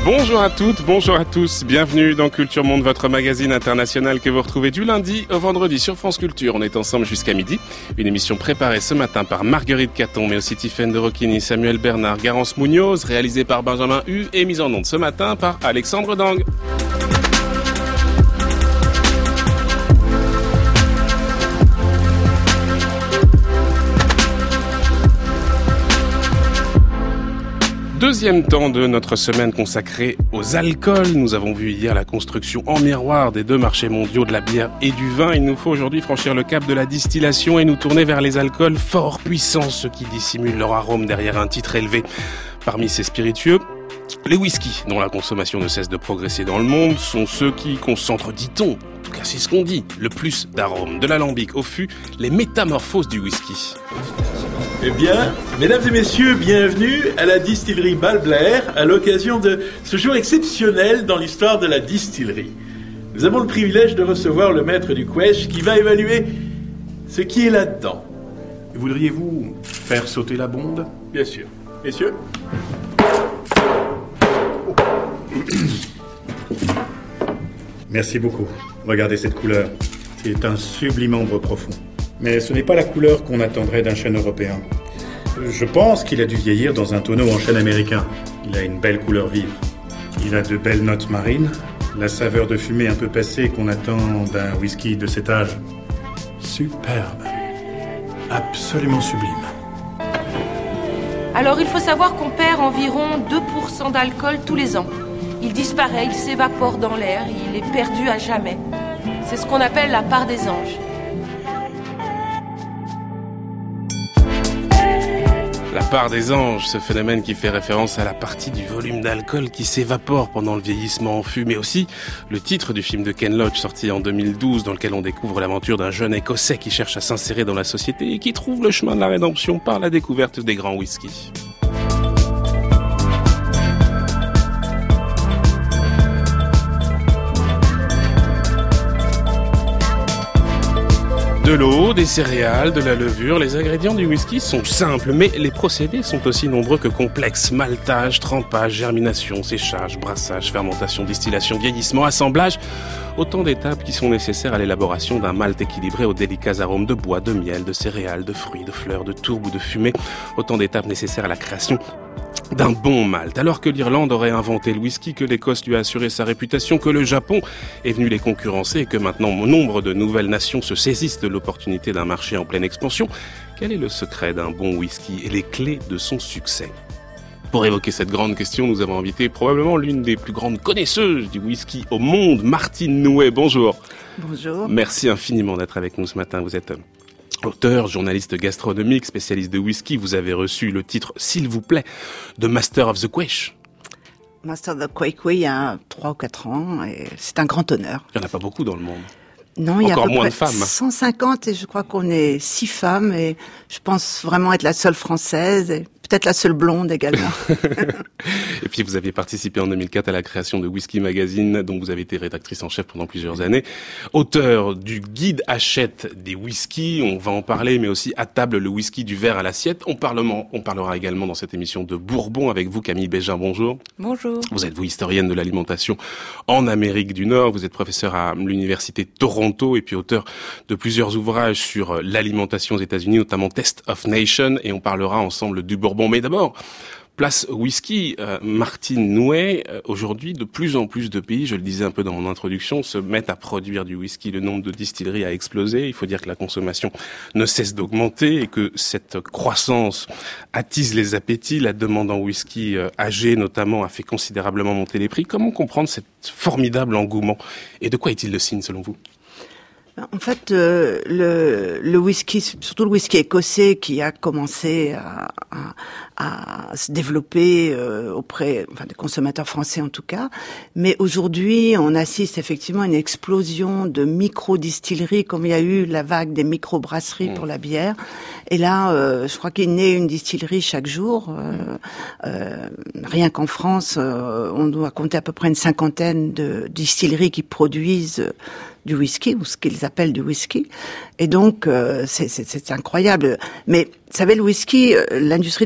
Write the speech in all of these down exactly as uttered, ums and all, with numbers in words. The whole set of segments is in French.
Bonjour à toutes, bonjour à tous, bienvenue dans Culture Monde, votre magazine international que vous retrouvez du lundi au vendredi sur France Culture. On est ensemble jusqu'à midi, une émission préparée ce matin par Marguerite Caton, mais aussi Tiffaine de Rocchini, Samuel Bernard, Garance Munoz, réalisée par Benjamin Hu et mise en onde ce matin par Alexandre Dang. Deuxième temps de notre semaine consacrée aux alcools. Nous avons vu hier la construction en miroir des deux marchés mondiaux de la bière et du vin. Il nous faut aujourd'hui franchir le cap de la distillation et nous tourner vers les alcools forts, puissants, ceux qui dissimulent leur arôme derrière un titre élevé. Parmi ces spiritueux, les whiskies, dont la consommation ne cesse de progresser dans le monde, sont ceux qui concentrent, dit-on, en tout cas c'est ce qu'on dit, le plus d'arômes. De l'alambic au fût, les métamorphoses du whisky. Eh bien, mesdames et messieurs, bienvenue à la distillerie Balblair à l'occasion de ce jour exceptionnel dans l'histoire de la distillerie. Nous avons le privilège de recevoir le maître du Quaich qui va évaluer ce qui est là-dedans. Voudriez-vous faire sauter la bonde ? Bien sûr. Messieurs ? Merci beaucoup. Regardez cette couleur. C'est un sublime ambre profond. Mais ce n'est pas la couleur qu'on attendrait d'un chêne européen. Je pense qu'il a dû vieillir dans un tonneau en chêne américain. Il a une belle couleur vive. Il a de belles notes marines, la saveur de fumée un peu passée qu'on attend d'un whisky de cet âge. Superbe. Absolument sublime. Alors il faut savoir qu'on perd environ deux pour cent d'alcool tous les ans. Il disparaît, il s'évapore dans l'air, il est perdu à jamais. C'est ce qu'on appelle la part des anges. La part des anges, ce phénomène qui fait référence à la partie du volume d'alcool qui s'évapore pendant le vieillissement en fût, mais aussi le titre du film de Ken Loach sorti en deux mille douze dans lequel on découvre l'aventure d'un jeune Écossais qui cherche à s'insérer dans la société et qui trouve le chemin de la rédemption par la découverte des grands whiskies. De l'eau, des céréales, de la levure, les ingrédients du whisky sont simples, mais les procédés sont aussi nombreux que complexes. Maltage, trempage, germination, séchage, brassage, fermentation, distillation, vieillissement, assemblage. Autant d'étapes qui sont nécessaires à l'élaboration d'un malt équilibré aux délicats arômes de bois, de miel, de céréales, de fruits, de fleurs, de tourbe ou de fumée. Autant d'étapes nécessaires à la création d'un bon malt. Alors que l'Irlande aurait inventé le whisky, que l'Écosse lui a assuré sa réputation, que le Japon est venu les concurrencer et que maintenant nombre de nouvelles nations se saisissent de l'opportunité d'un marché en pleine expansion, quel est le secret d'un bon whisky et les clés de son succès ? Pour évoquer cette grande question, nous avons invité probablement l'une des plus grandes connaisseuses du whisky au monde, Martine Nouet. Bonjour. Bonjour. Merci infiniment d'être avec nous ce matin. Vous êtes auteur, journaliste gastronomique, spécialiste de whisky. Vous avez reçu le titre, s'il vous plaît, de Master of the Quaich. Master of the Quaich, oui, il y a trois ou quatre ans. Et c'est un grand honneur. Il n'y en a pas beaucoup dans le monde. Non, il y a Encore à peu moins près de femmes. cent cinquante et je crois qu'on est six femmes et je pense vraiment être la seule française et peut-être la seule blonde également. Et puis vous aviez participé en deux mille quatre à la création de Whisky Magazine, dont vous avez été rédactrice en chef pendant plusieurs années. Auteur du guide Hachette des whiskies, on va en parler, mais aussi à table le whisky du verre à l'assiette. On, parlement, on parlera également dans cette émission de Bourbon avec vous, Camille Bégin, bonjour. Bonjour. Vous êtes vous historienne de l'alimentation en Amérique du Nord, vous êtes professeur à l'université de Toronto et puis auteur de plusieurs ouvrages sur l'alimentation aux États-Unis, notamment Test of Nation, et on parlera ensemble du Bourbon. Mais d'abord, place au whisky, euh, Martine Nouet, euh, aujourd'hui de plus en plus de pays, je le disais un peu dans mon introduction, se mettent à produire du whisky. Le nombre de distilleries a explosé, il faut dire que la consommation ne cesse d'augmenter et que cette croissance attise les appétits. La demande en whisky euh, âgé notamment a fait considérablement monter les prix. Comment comprendre cet formidable engouement et de quoi est-il le signe selon vous ? En fait, euh, le, le whisky, surtout le whisky écossais, qui a commencé à, à, à se développer euh, auprès, enfin, des consommateurs français en tout cas. Mais aujourd'hui, on assiste effectivement à une explosion de micro-distilleries, comme il y a eu la vague des micro-brasseries mmh. pour la bière. Et là, euh, je crois qu'il naît une distillerie chaque jour. Euh, euh, rien qu'en France, euh, on doit compter à peu près une cinquantaine de distilleries qui produisent du whisky, ou ce qu'ils appellent du whisky. Et donc, euh, c'est, c'est, c'est incroyable. Mais, vous savez, le whisky, l'industrie du whisky,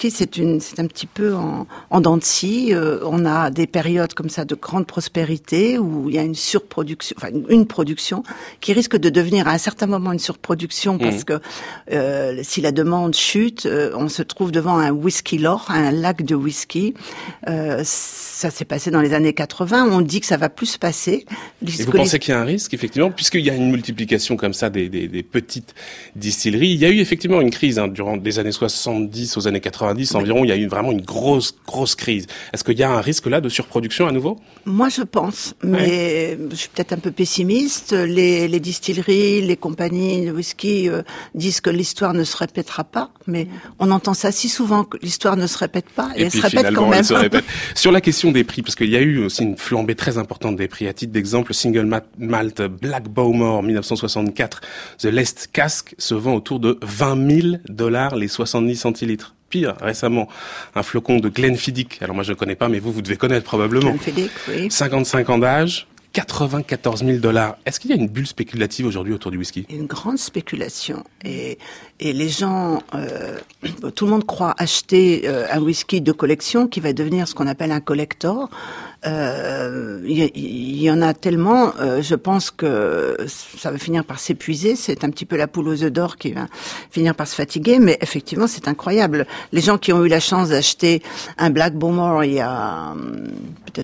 l'industrie, c'est une, c'est un petit peu en, en dents de scie. Euh, on a des périodes comme ça de grande prospérité où il y a une surproduction, enfin une, une production qui risque de devenir à un certain moment une surproduction parce mmh. que euh, si la demande chute, euh, on se trouve devant un whisky lore, un lac de whisky. Euh, ça s'est passé dans les années quatre-vingts. On dit que ça va plus se passer. Et vous pensez les... qu'il y a un risque, effectivement, puisqu'il y a une multiplication comme ça des, des, des petites distilleries. Il y a eu effectivement une crise hein, durant des années soixante-dix aux années quatre-vingt-dix oui. environ. Il y a eu vraiment une grosse, grosse crise. Est-ce qu'il y a un risque là de surproduction à nouveau? Moi, je pense, mais ouais. je suis peut-être un peu pessimiste. Les, les distilleries, les compagnies de whisky euh, disent que l'histoire ne se répétera pas, mais on entend ça si souvent que l'histoire ne se répète pas et, et elle se répète quand même. Elle se répète. Sur la question des prix, parce qu'il y a eu aussi une flambée très importante des prix. À titre d'exemple, Single Malt Black Bowmore dix-neuf cent soixante-quatre, The Last Cask se vend autour de vingt mille dollars les soixante-dix centilitres. Pire, récemment, un flocon de Glenfiddich. Alors moi je ne connais pas, mais vous, vous devez connaître probablement. Glenfiddich, oui. cinquante-cinq ans d'âge, quatre-vingt-quatorze mille dollars. Est-ce qu'il y a une bulle spéculative aujourd'hui autour du whisky? Une grande spéculation. Et, et les gens, euh, tout le monde croit acheter euh, un whisky de collection qui va devenir ce qu'on appelle un collector. Euh, il y, y, y en a tellement, euh, je pense que ça va finir par s'épuiser. C'est un petit peu la poule aux œufs d'or qui va finir par se fatiguer, mais effectivement, c'est incroyable. Les gens qui ont eu la chance d'acheter un Black Bowmore il y a peut-être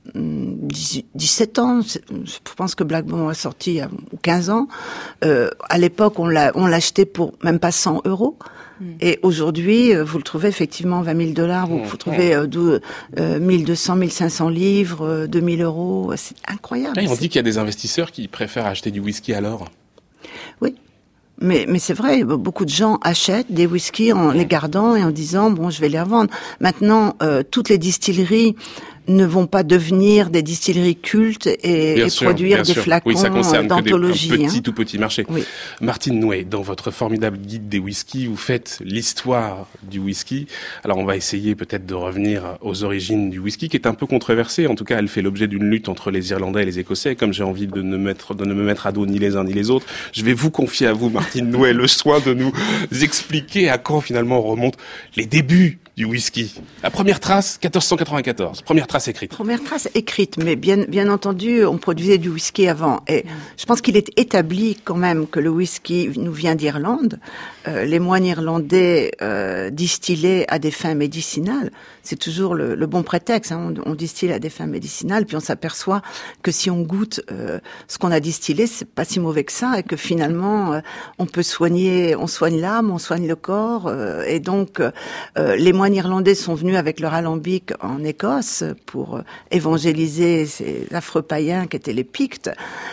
dix-sept ans, je pense que Black Bowmore est sorti il y a quinze ans. Euh, à l'époque, on l'a, on l'achetait pour même pas cent euros. Et aujourd'hui, vous le trouvez effectivement vingt mille dollars, vous, vous trouvez euh, euh, mille deux cents, mille cinq cents livres, euh, deux mille euros, c'est incroyable. Là, on dit qu'il y a des investisseurs qui préfèrent acheter du whisky à l'or. Oui. Mais, mais c'est vrai, beaucoup de gens achètent des whiskies en les gardant et en disant, bon, je vais les revendre. Maintenant, euh, toutes les distilleries ne vont pas devenir des distilleries cultes et, et sûr, produire des sûr. flacons oui, ça concerne d'anthologie. Que des, un petit hein. tout petit marché. Oui. Martine Nouet, dans votre formidable guide des whiskies, vous faites l'histoire du whisky. Alors on va essayer peut-être de revenir aux origines du whisky, qui est un peu controversée. En tout cas, elle fait l'objet d'une lutte entre les Irlandais et les Écossais. Comme j'ai envie de ne, mettre, de ne me mettre à dos ni les uns ni les autres, je vais vous confier à vous, Martine Nouet, le soin de nous expliquer à quand finalement remontent les débuts du whisky. La première trace, quatorze cent quatre-vingt-quatorze. Première trace écrite. Première trace écrite, mais bien, bien entendu, on produisait du whisky avant. Et je pense qu'il est établi quand même que le whisky nous vient d'Irlande. Euh, les moines irlandais euh, distillaient à des fins médicinales. C'est toujours le, le bon prétexte. Hein. On, on distille à des fins médicinales, puis on s'aperçoit que si on goûte euh, ce qu'on a distillé, c'est pas si mauvais que ça, et que finalement, euh, on peut soigner, on soigne l'âme, on soigne le corps. Euh, et donc, euh, les moines irlandais sont venus avec leur alambic en Écosse pour évangéliser ces affreux païens qui étaient les Pictes.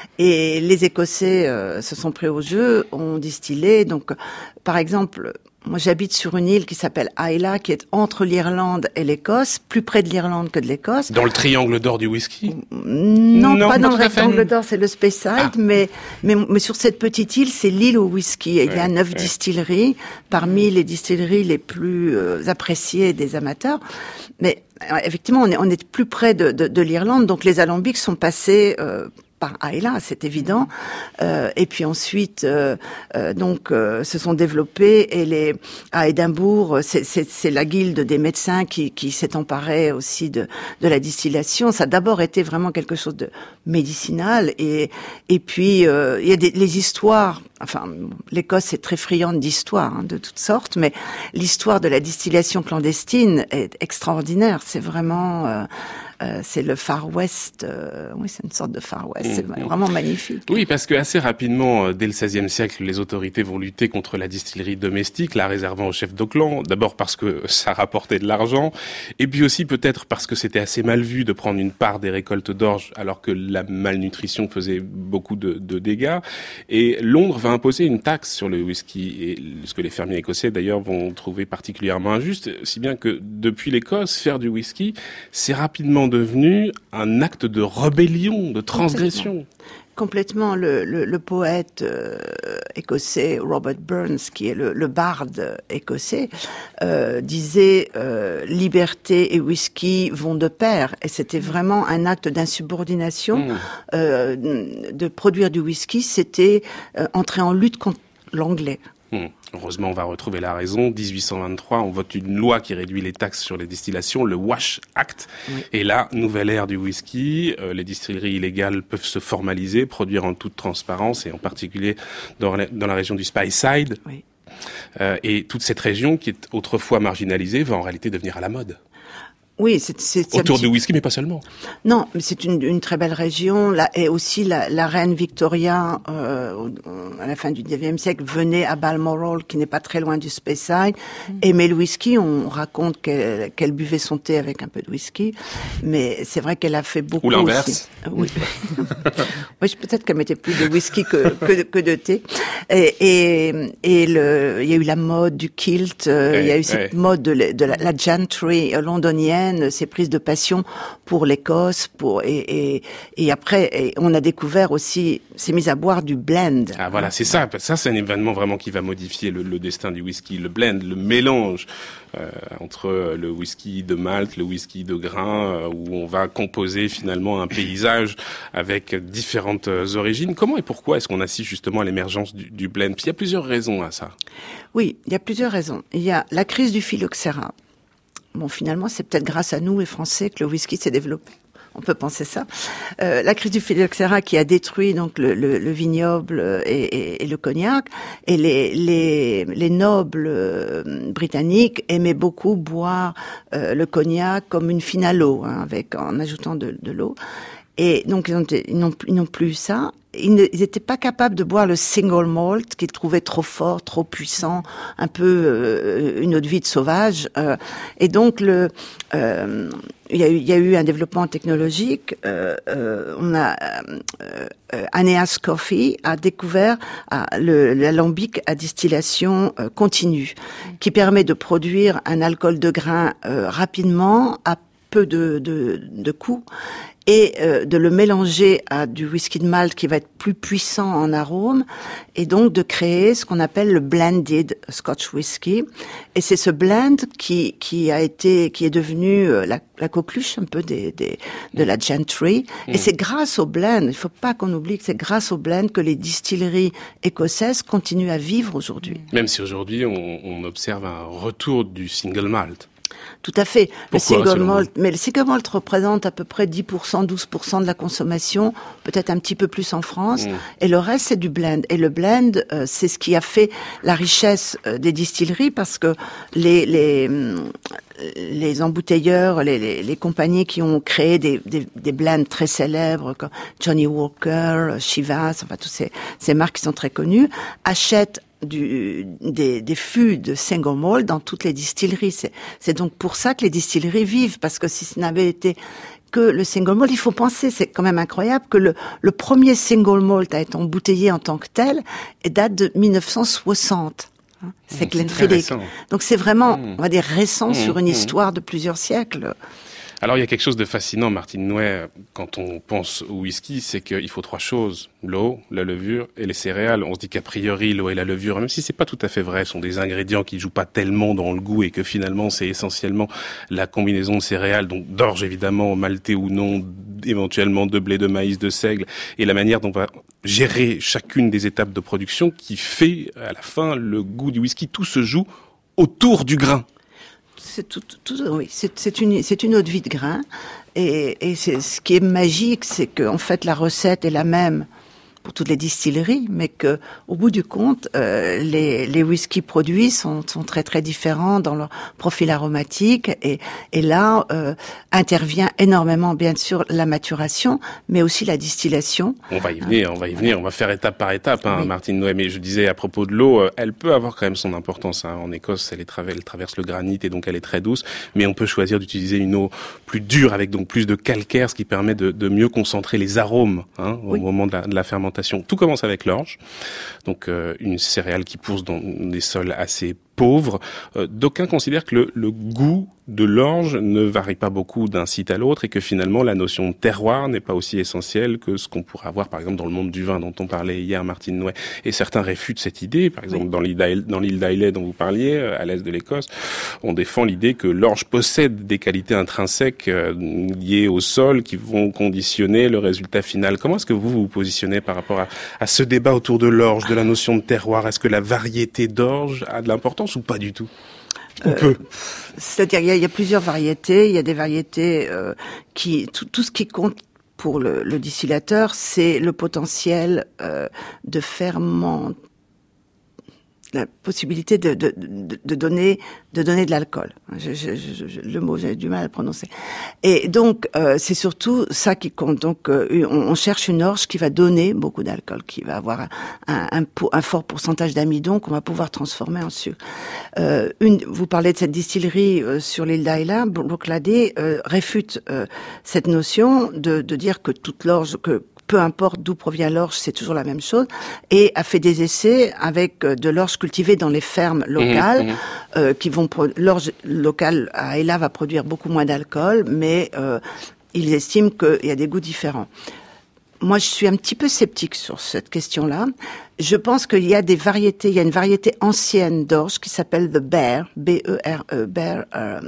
Et les Écossais euh, se sont pris au jeu, ont distillé. Donc, par exemple, moi j'habite sur une île qui s'appelle Islay, qui est entre l'Irlande et l'Écosse, plus près de l'Irlande que de l'Écosse. Dans le triangle d'or du whisky? Non, non pas dans le triangle d'or, c'est le Speyside, ah. mais, mais mais sur cette petite île, c'est l'île au whisky. Et ouais, il y a neuf ouais. distilleries, parmi les distilleries les plus euh, appréciées des amateurs. Mais effectivement, on est, on est plus près de, de, de l'Irlande, donc les alambics sont passés euh, par Islay, c'est évident. Euh, et puis ensuite, euh, euh, donc, euh, se sont développés. Et les à Édimbourg, c'est, c'est, c'est la guilde des médecins qui, qui s'est emparée aussi de, de la distillation. Ça a d'abord été vraiment quelque chose de médicinal. Et et puis euh, il y a des les histoires. Enfin, l'Écosse est très friande d'histoires hein, de toutes sortes, mais l'histoire de la distillation clandestine est extraordinaire. C'est vraiment euh, Euh, c'est le Far West, euh, oui, c'est une sorte de Far West, c'est mmh. vraiment magnifique. Oui, parce que assez rapidement, dès le seizième siècle, les autorités vont lutter contre la distillerie domestique, la réservant aux chefs de clan, d'abord parce que ça rapportait de l'argent, et puis aussi peut-être parce que c'était assez mal vu de prendre une part des récoltes d'orge, alors que la malnutrition faisait beaucoup de, de dégâts. Et Londres va imposer une taxe sur le whisky, et ce que les fermiers écossais d'ailleurs vont trouver particulièrement injuste, si bien que depuis l'Écosse, faire du whisky, c'est rapidement devenu un acte de rébellion, de transgression. Complètement. Le, le, le poète euh, écossais Robert Burns, qui est le, le barde écossais, euh, disait euh, « liberté et whisky vont de pair ». Et c'était vraiment un acte d'insubordination. Mmh. Euh, de produire du whisky, c'était euh, entrer en lutte contre l'anglais. Hum. Heureusement, on va retrouver la raison. dix-huit cent vingt-trois, on vote une loi qui réduit les taxes sur les distillations, le Wash Act. Oui. Et là, nouvelle ère du whisky. Euh, les distilleries illégales peuvent se formaliser, produire en toute transparence, et en particulier dans la, dans la région du Speyside. Oui. Euh, et toute cette région, qui est autrefois marginalisée, va en réalité devenir à la mode. Oui, c'est, c'est autour petit... du whisky, mais pas seulement. Non, mais c'est une, une très belle région. Là, et aussi la, la reine Victoria, euh, à la fin du dix-neuvième siècle, venait à Balmoral, qui n'est pas très loin du Speyside, mmh. aimait le whisky. On raconte qu'elle, qu'elle buvait son thé avec un peu de whisky, mais c'est vrai qu'elle a fait beaucoup. Ou l'inverse. Aussi. Oui. Oui, peut-être qu'elle mettait plus de whisky que, que, que de thé. Et, et, et le, il y a eu la mode du kilt. Euh, ouais, il y a eu cette ouais. mode de, la, de la, la gentry londonienne. Ces prises de passion pour l'Écosse, pour et et, et après et on a découvert aussi, s'est mis à boire du blend. Ah voilà, c'est ça. Ça, c'est un événement vraiment qui va modifier le, le destin du whisky, le blend, le mélange euh, entre le whisky de Malte, le whisky de grain, euh, où on va composer finalement un paysage avec différentes origines. Comment et pourquoi est-ce qu'on assiste justement à l'émergence du, du blend? Puis il y a plusieurs raisons à ça. Oui, il y a plusieurs raisons. Il y a la crise du phylloxéra. Bon, finalement, c'est peut-être grâce à nous, les Français, que le whisky s'est développé. On peut penser ça. Euh, la crise du phylloxéra qui a détruit donc le, le, le vignoble et, et, et le cognac, et les, les, les nobles euh, britanniques aimaient beaucoup boire euh, le cognac comme une fine à l'eau, hein, avec en ajoutant de, de l'eau. Et donc ils, ont, ils, n'ont, ils n'ont plus ça. Ils n'étaient pas capables de boire le single malt qu'ils trouvaient trop fort, trop puissant, un peu euh, une eau de vie de sauvage. Euh, et donc le, euh, il y a eu, il y a eu un développement technologique. Euh, euh, on a euh, euh, Aeneas Coffey a découvert euh, le, l'alambic à distillation euh, continue, qui permet de produire un alcool de grain euh, rapidement à peu de, de, de coûts, et euh, de le mélanger à du whisky de Malte qui va être plus puissant en arôme, et donc de créer ce qu'on appelle le blended Scotch whisky. Et c'est ce blend qui qui a été qui est devenu euh, la, la coqueluche un peu des, des de la gentry. Mmh. Et c'est grâce au blend, il faut pas qu'on oublie que c'est grâce au blend que les distilleries écossaises continuent à vivre aujourd'hui. Même si aujourd'hui on, on observe un retour du single malt. Tout à fait. Pourquoi, le single malt, mais le single malt représente à peu près dix pour cent, douze pour cent de la consommation, peut-être un petit peu plus en France, mmh. et le reste c'est du blend. Et le blend, euh, c'est ce qui a fait la richesse euh, des distilleries, parce que les les les embouteilleurs, les, les, les compagnies qui ont créé des, des, des blends très célèbres comme Johnny Walker, Chivas, enfin toutes ces, ces marques qui sont très connues, achètent Du, des, des fûts de single malt dans toutes les distilleries. C'est, c'est donc pour ça que les distilleries vivent, parce que si ce n'avait été que le single malt, il faut penser, c'est quand même incroyable que le, le premier single malt à être embouteillé en tant que tel date de dix-neuf cent soixante. Hein, c'est mmh, Glenfiddich. Donc c'est vraiment, mmh. on va dire, récent mmh, sur une mmh. histoire de plusieurs siècles. Alors il y a quelque chose de fascinant, Martine Nouet, quand on pense au whisky, c'est qu'il faut trois choses: l'eau, la levure et les céréales. On se dit qu'a priori l'eau et la levure, même si c'est pas tout à fait vrai, sont des ingrédients qui jouent pas tellement dans le goût, et que finalement c'est essentiellement la combinaison de céréales, donc d'orge évidemment, maltais ou non, éventuellement de blé, de maïs, de seigle, et la manière dont on va gérer chacune des étapes de production qui fait à la fin le goût du whisky. Tout se joue autour du grain. C'est tout, tout, oui, c'est, c'est une, c'est une eau de vie de grain, et, et c'est ce qui est magique, c'est que en fait la recette est la même pour toutes les distilleries, mais que au bout du compte, euh, les, les whiskies produits sont, sont très très différents dans leur profil aromatique, et, et là euh, intervient énormément bien sûr la maturation, mais aussi la distillation. On va y venir, on va y venir, on va faire étape par étape, hein, oui. Martine Nouet. Mais je disais à propos de l'eau, elle peut avoir quand même son importance. Hein. En Écosse, elle, est tra- elle traverse le granit et donc elle est très douce, mais on peut choisir d'utiliser une eau plus dure avec donc plus de calcaire, ce qui permet de, de mieux concentrer les arômes hein, au oui. moment de la, de la fermentation. Tout commence avec l'orge, donc euh, une céréale qui pousse dans des sols assez pauvre. Euh, d'aucuns considèrent que le, le goût de l'orge ne varie pas beaucoup d'un site à l'autre et que finalement la notion de terroir n'est pas aussi essentielle que ce qu'on pourrait avoir par exemple dans le monde du vin dont on parlait hier, Martine Nouet. Et certains réfutent cette idée, par exemple oui. dans l'île d'Islay, dans l'île d'Islay dont vous parliez, à l'est de l'Écosse, on défend l'idée que l'orge possède des qualités intrinsèques euh, liées au sol qui vont conditionner le résultat final. Comment est-ce que vous vous positionnez par rapport à, à ce débat autour de l'orge, de la notion de terroir? Est-ce que la variété d'orge a de l'importance ou pas du tout? Euh, c'est-à-dire, il y, a, il y a plusieurs variétés. Il y a des variétés euh, qui, tout, tout ce qui compte pour le, le distillateur, c'est le potentiel euh, de ferment, la possibilité de, de, de, de donner, de donner de l'alcool. Je, je, je, le mot, j'ai du mal à le prononcer. Et donc, euh, c'est surtout ça qui compte. Donc, euh, on, on cherche une orge qui va donner beaucoup d'alcool, qui va avoir un, un, un, un fort pourcentage d'amidon qu'on va pouvoir transformer en sucre. Euh, une, vous parlez de cette distillerie euh, sur l'île d'Islay, Bruichladdich euh, réfute euh, cette notion de, de dire que toute l'orge, que peu importe d'où provient l'orge, c'est toujours la même chose, et a fait des essais avec de l'orge cultivée dans les fermes locales, mmh, mmh. Euh, qui vont pro- l'orge locale à Islay va produire beaucoup moins d'alcool, mais euh, ils estiment qu'il y a des goûts différents. Moi, je suis un petit peu sceptique sur cette question-là. Je pense qu'il y a des variétés, il y a une variété ancienne d'orge qui s'appelle the Bear, B E R E, Bear, euh,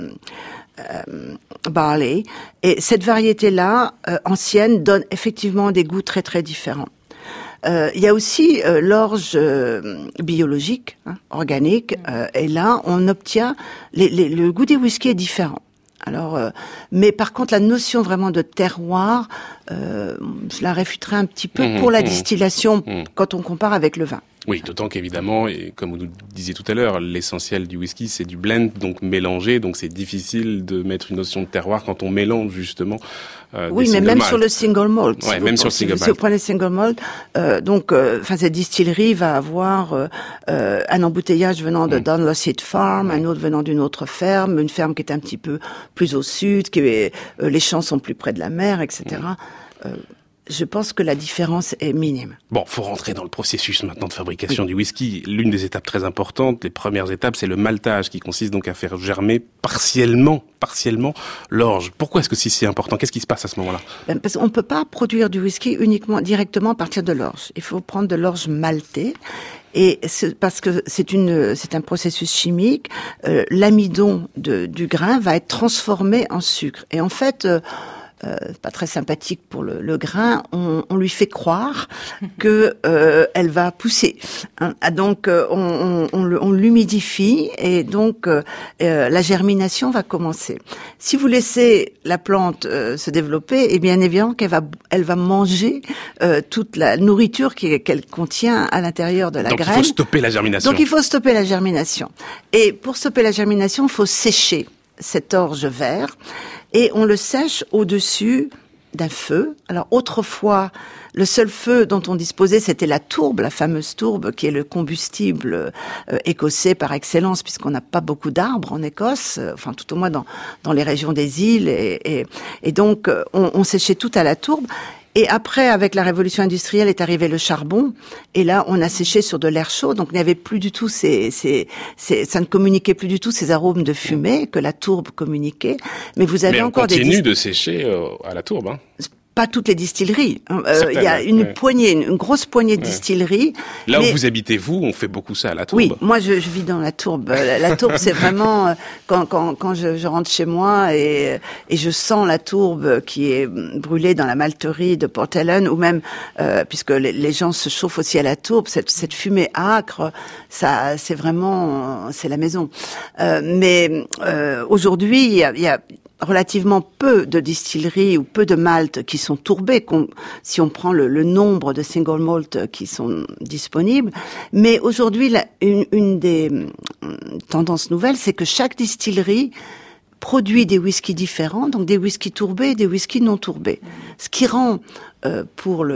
Euh, barley, et cette variété-là euh, ancienne donne effectivement des goûts très très différents. Euh, il y a aussi euh, l'orge euh, biologique, hein, organique, euh, et là on obtient les, les, le goût des whiskies est différent. Alors, euh, mais par contre la notion vraiment de terroir, euh, je la réfuterai un petit peu mmh, pour la mmh, distillation mmh. quand on compare avec le vin. Oui, d'autant qu'évidemment, et comme vous nous disiez tout à l'heure, l'essentiel du whisky, c'est du blend, donc mélangé, donc c'est difficile de mettre une notion de terroir quand on mélange justement euh, oui, des mais même malt. sur le single malt. Ouais, même sur le single malt. Si vous prenez le single malt, euh, donc, enfin, euh, cette distillerie va avoir euh, euh, un embouteillage venant de mmh. Dunlosseed Farm, mmh. un autre venant d'une autre ferme, une ferme qui est un petit peu plus au sud, qui est, euh, les champs sont plus près de la mer, et cetera. Mmh. Euh, Je pense que la différence est minime. Bon, faut rentrer dans le processus maintenant de fabrication oui. du whisky. L'une des étapes très importantes, les premières étapes, c'est le maltage qui consiste donc à faire germer partiellement, partiellement l'orge. Pourquoi est-ce que c'est si important? Qu'est-ce qui se passe à ce moment-là? Ben, parce qu'on peut pas produire du whisky uniquement, directement à partir de l'orge. Il faut prendre de l'orge maltée. Et c'est parce que c'est une, c'est un processus chimique. Euh, l'amidon de, du grain va être transformé en sucre. Et en fait, euh, Euh, pas très sympathique pour le, le grain, on, on lui fait croire que euh, elle va pousser. Hein. Donc euh, on, on, on, on l'humidifie et donc euh, euh, la germination va commencer. Si vous laissez la plante euh, se développer, et bien évidemment qu'elle va, elle va manger euh, toute la nourriture qui, qu'elle contient à l'intérieur de la donc graine. Donc il faut stopper la germination. Donc il faut stopper la germination. Et pour stopper la germination, il faut sécher cet orge vert. Et on le sèche au-dessus d'un feu. Alors autrefois, le seul feu dont on disposait, c'était la tourbe, la fameuse tourbe, qui est le combustible euh, écossais par excellence, puisqu'on n'a pas beaucoup d'arbres en Écosse, euh, enfin tout au moins dans, dans les régions des îles. Et, et, et donc, euh, on, on séchait tout à la tourbe. Et après, avec la révolution industrielle, est arrivé le charbon. Et là, on a séché sur de l'air chaud. Donc, il n'y avait plus du tout ces, ces, ces, ça ne communiquait plus du tout ces arômes de fumée que la tourbe communiquait. Mais vous avez Mais on encore des... Mais on continue de sécher euh, à la tourbe, hein. Pas toutes les distilleries. Il euh, y a une ouais. poignée, une, une grosse poignée de ouais. distilleries. Là mais... où vous habitez, vous, on fait beaucoup ça à la tourbe. Oui, moi je, je vis dans la tourbe. La, la tourbe, c'est vraiment euh, quand, quand, quand je, je rentre chez moi et, et je sens la tourbe qui est brûlée dans la malterie de Port Ellen, ou même euh, puisque les, les gens se chauffent aussi à la tourbe, cette, cette fumée âcre, ça, c'est vraiment, c'est la maison. Euh, mais euh, aujourd'hui, il y a, il y a relativement peu de distilleries ou peu de maltes qui sont tourbées, qu'on, si on prend le, le nombre de single malt qui sont disponibles. Mais aujourd'hui, la, une, une des tendances nouvelles, c'est que chaque distillerie produit des whiskies différents, donc des whiskies tourbés et des whiskies non tourbés. Ce qui rend, euh, pour le,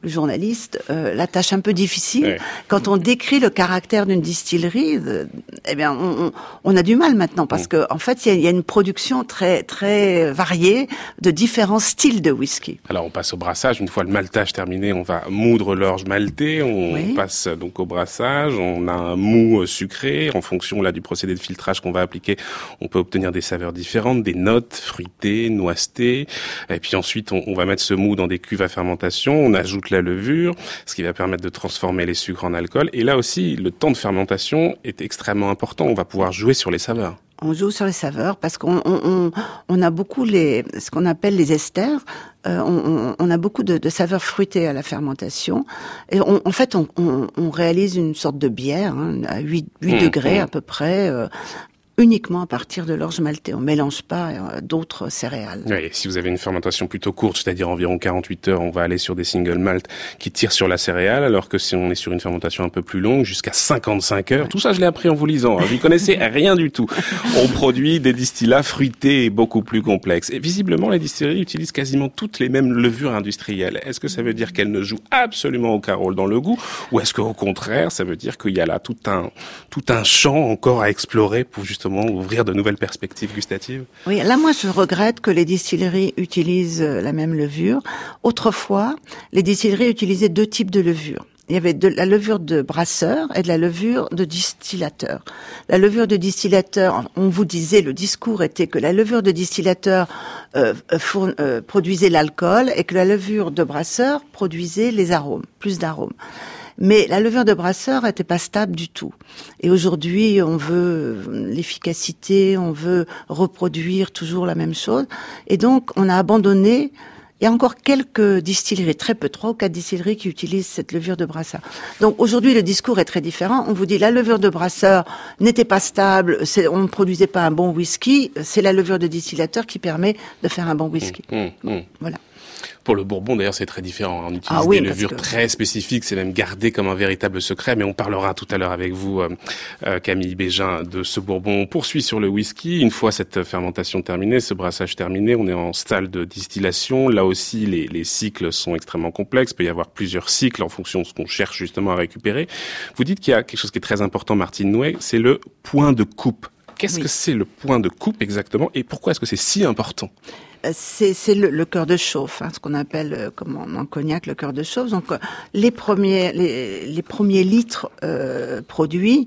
le journaliste, euh, la tâche un peu difficile. Ouais. Quand on décrit le caractère d'une distillerie, euh, eh bien, on, on, on a du mal maintenant parce mmh. que, en fait, il y, y a une production très très variée de différents styles de whisky. Alors, on passe au brassage. Une fois le maltage terminé, on va moudre l'orge maltée. On oui. passe donc au brassage. On a un mou sucré. En fonction là du procédé de filtrage qu'on va appliquer, on peut obtenir des saveurs différentes, des notes fruitées, noissetées. Et puis ensuite, on, on va mettre ce mou dans des cuves à fermentation. On ajoute la levure, ce qui va permettre de transformer les sucres en alcool. Et là aussi, le temps de fermentation est extrêmement important. On va pouvoir jouer sur les saveurs. On joue sur les saveurs parce qu'on on, on, on a beaucoup les ce qu'on appelle les esters. Euh, on, on a beaucoup de, de saveurs fruitées à la fermentation. Et on, en fait, on, on, on réalise une sorte de bière hein, à huit mmh, degrés mmh. à peu près. Euh, uniquement à partir de l'orge maltée. On mélange pas euh, d'autres céréales. Oui, si vous avez une fermentation plutôt courte, c'est-à-dire environ quarante-huit heures, on va aller sur des single malt qui tirent sur la céréale, alors que si on est sur une fermentation un peu plus longue, jusqu'à cinquante-cinq heures, ouais. Tout ça je l'ai appris en vous lisant, hein. Vous ne connaissez rien du tout. On produit des distillats fruités et beaucoup plus complexes. Et visiblement, les distilleries utilisent quasiment toutes les mêmes levures industrielles. Est-ce que ça veut dire qu'elles ne jouent absolument aucun rôle dans le goût, ou est-ce qu'au contraire, ça veut dire qu'il y a là tout un, tout un champ encore à explorer pour justement ouvrir de nouvelles perspectives gustatives? Oui, là, moi, je regrette que les distilleries utilisent la même levure. Autrefois, les distilleries utilisaient deux types de levures. Il y avait de la levure de brasseur et de la levure de distillateur. La levure de distillateur, on vous disait, le discours était que la levure de distillateur euh, fourn, euh, produisait l'alcool et que la levure de brasseur produisait les arômes, plus d'arômes. Mais la levure de brasseur était pas stable du tout. Et aujourd'hui, on veut l'efficacité, on veut reproduire toujours la même chose. Et donc, on a abandonné. Il y a encore quelques distilleries, très peu, trois ou quatre distilleries qui utilisent cette levure de brasseur. Donc aujourd'hui, le discours est très différent. On vous dit la levure de brasseur n'était pas stable, c'est, on ne produisait pas un bon whisky. C'est la levure de distillateur qui permet de faire un bon whisky. Mmh, mmh, mmh. Voilà. Pour le bourbon, d'ailleurs, c'est très différent. On utilise ah oui, des levures que... très spécifiques, c'est même gardé comme un véritable secret, mais on parlera tout à l'heure avec vous, euh, Camille Bégin, de ce bourbon. On poursuit sur le whisky. Une fois cette fermentation terminée, ce brassage terminé, on est en stade de distillation. Là aussi, les, les cycles sont extrêmement complexes. Il peut y avoir plusieurs cycles en fonction de ce qu'on cherche justement à récupérer. Vous dites qu'il y a quelque chose qui est très important, Martine Nouet, c'est le point de coupe. Qu'est-ce oui. que c'est le point de coupe exactement et pourquoi est-ce que c'est si important ? C'est, c'est le, le cœur de chauffe, hein, ce qu'on appelle, euh, comme en, en cognac, le cœur de chauffe. Donc, euh, les premiers, les, les premiers litres euh, produits,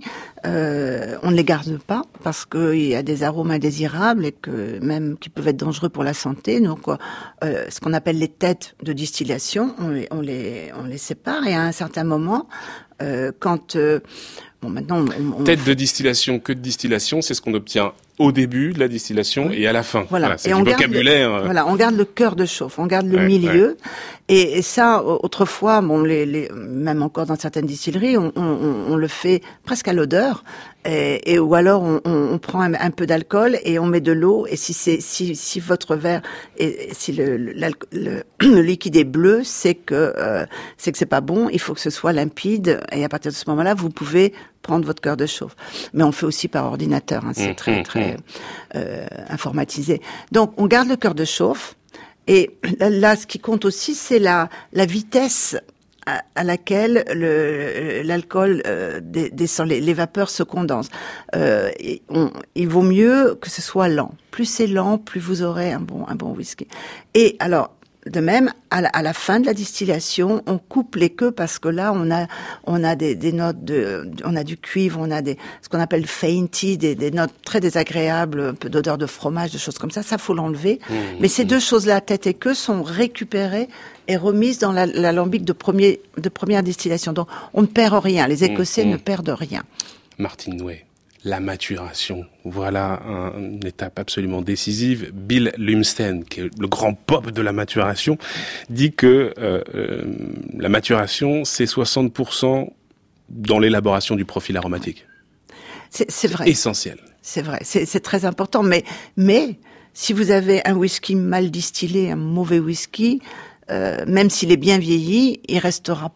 euh, on ne les garde pas parce qu'il y a des arômes indésirables et que même qui peuvent être dangereux pour la santé. Donc, euh, ce qu'on appelle les têtes de distillation, on les, on les, on les sépare. Et à un certain moment, euh, quand euh, bon, maintenant, on, on... tête de distillation, queue de distillation, c'est ce qu'on obtient au début de la distillation oui. et à la fin. Voilà, voilà c'est et du on vocabulaire. Garde le, voilà, on garde le cœur de chauffe, on garde le ouais, milieu. Ouais. Et, et ça, autrefois, bon, les, les, même encore dans certaines distilleries, on, on, on le fait presque à l'odeur. Et, et ou alors on, on, on prend un, un peu d'alcool et on met de l'eau. Et si c'est si si votre verre et si le le, le le liquide est bleu, c'est que euh, c'est que c'est pas bon. Il faut que ce soit limpide. Et à partir de ce moment-là, vous pouvez prendre votre cœur de chauffe. Mais on fait aussi par ordinateur. Hein, c'est mmh, très très mmh. euh, informatisé. Donc on garde le cœur de chauffe. Et là, là, ce qui compte aussi, c'est la la vitesse à, à laquelle le, l'alcool euh, descend, les, les vapeurs se condensent. Euh, et on, il vaut mieux que ce soit lent. Plus c'est lent, plus vous aurez un bon un bon whisky. Et alors, de même, à la, à la fin de la distillation, on coupe les queues parce que là, on a on a des, des notes de, on a du cuivre, on a des ce qu'on appelle fainty, des, des notes très désagréables, un peu d'odeur de fromage, des choses comme ça. Ça, faut l'enlever. Mmh, Mais ces mmh. deux choses-là, tête et queue, sont récupérées et remises dans la, l'alambic de premier de première distillation. Donc, on ne perd rien. Les Écossais mmh, mmh. ne perdent rien. Martine Nouet. La maturation, voilà un, une étape absolument décisive. Bill Lumsden, qui est le grand pop de la maturation, dit que euh, euh, la maturation, c'est soixante pour cent dans l'élaboration du profil aromatique. C'est, c'est vrai. Essentiel. C'est vrai, c'est, c'est très important. Mais, mais si vous avez un whisky mal distillé, un mauvais whisky, euh, même s'il est bien vieilli, il restera,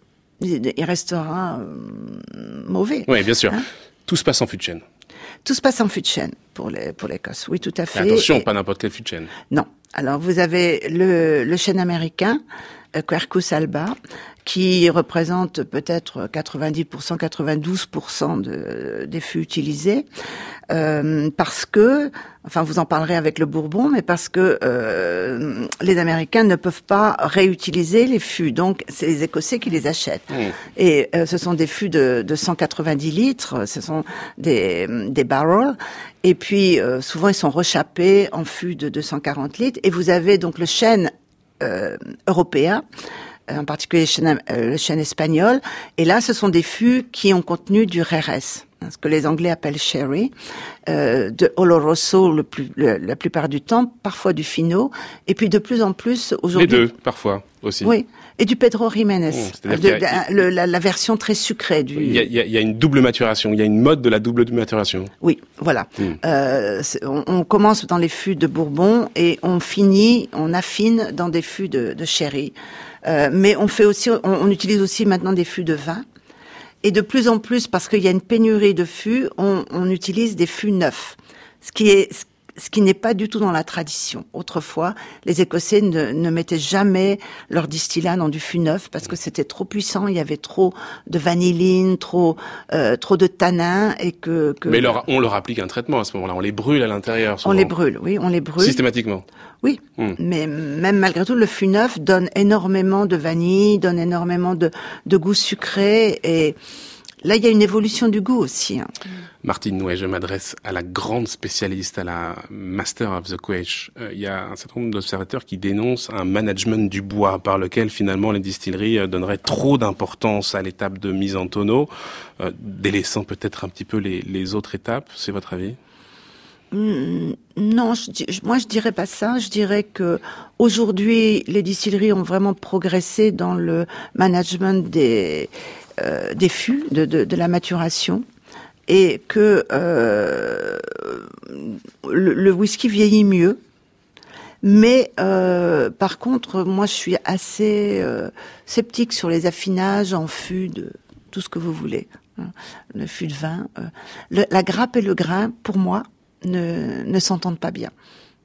il restera euh, mauvais. Oui, bien sûr. Hein? Tout se passe en fût de chêne. Tout se passe en fût de chêne pour les, pour l'Écosse. Oui, tout à fait. Mais attention, et... pas n'importe quel fût de chêne. Non. Alors, vous avez le, le chêne américain, Quercus alba, qui représente peut-être quatre-vingt-dix pour cent, quatre-vingt-douze pour cent de, des fûts utilisés, euh, parce que, enfin vous en parlerez avec le Bourbon, mais parce que euh, les Américains ne peuvent pas réutiliser les fûts, donc c'est les Écossais qui les achètent. Mmh. Et euh, ce sont des fûts de, de cent quatre-vingt-dix litres, ce sont des, des barrels, et puis euh, souvent ils sont rechappés en fûts de deux cent quarante litres, et vous avez donc le chêne euh, européen, en particulier le chêne, euh, le chêne espagnol. Et là, ce sont des fûts qui ont contenu du Jerez, ce que les Anglais appellent sherry, euh, de Oloroso le plus, le, la plupart du temps, parfois du Fino, et puis de plus en plus aujourd'hui. Les deux, parfois aussi. Oui, et du Pedro Jiménez, mmh, de, de, a, le, la, la version très sucrée du. Il y, a, il y a une double maturation, il y a une mode de la double maturation. Oui, voilà. Mmh. Euh, on, on commence dans les fûts de Bourbon et on finit, on affine dans des fûts de, de sherry. Euh, mais on fait aussi, on, on utilise aussi maintenant des fûts de vin. Et de plus en plus, parce qu'il y a une pénurie de fûts, on, on utilise des fûts neufs. Ce qui est, ce qui n'est pas du tout dans la tradition. Autrefois, les Écossais ne, ne mettaient jamais leur distillat dans du fût neuf parce que c'était trop puissant, il y avait trop de vanilline, trop, euh, trop de tanins et que, que... Mais leur, on leur applique un traitement à ce moment-là. On les brûle à l'intérieur, souvent. On les brûle, oui, on les brûle. Systématiquement. Oui, mmh. mais même malgré tout, le fût neuf donne énormément de vanille, donne énormément de, de goût sucré, et là, il y a une évolution du goût aussi. Hein. Martine Nouet, je m'adresse à la grande spécialiste, à la Master of the Quaich. Euh, il y a un certain nombre d'observateurs qui dénoncent un management du bois par lequel finalement les distilleries donneraient trop d'importance à l'étape de mise en tonneau, euh, délaissant peut-être un petit peu les, les autres étapes. C'est votre avis ? Non, je, moi je dirais pas ça. Je dirais que aujourd'hui les distilleries ont vraiment progressé dans le management des euh, des fûts, de, de, de la maturation, et que euh, le, le whisky vieillit mieux. Mais euh, par contre, moi je suis assez euh, sceptique sur les affinages en fûts de tout ce que vous voulez. Hein. Le fût de vin, euh, le, la grappe et le grain, pour moi, ne, ne s'entendent pas bien.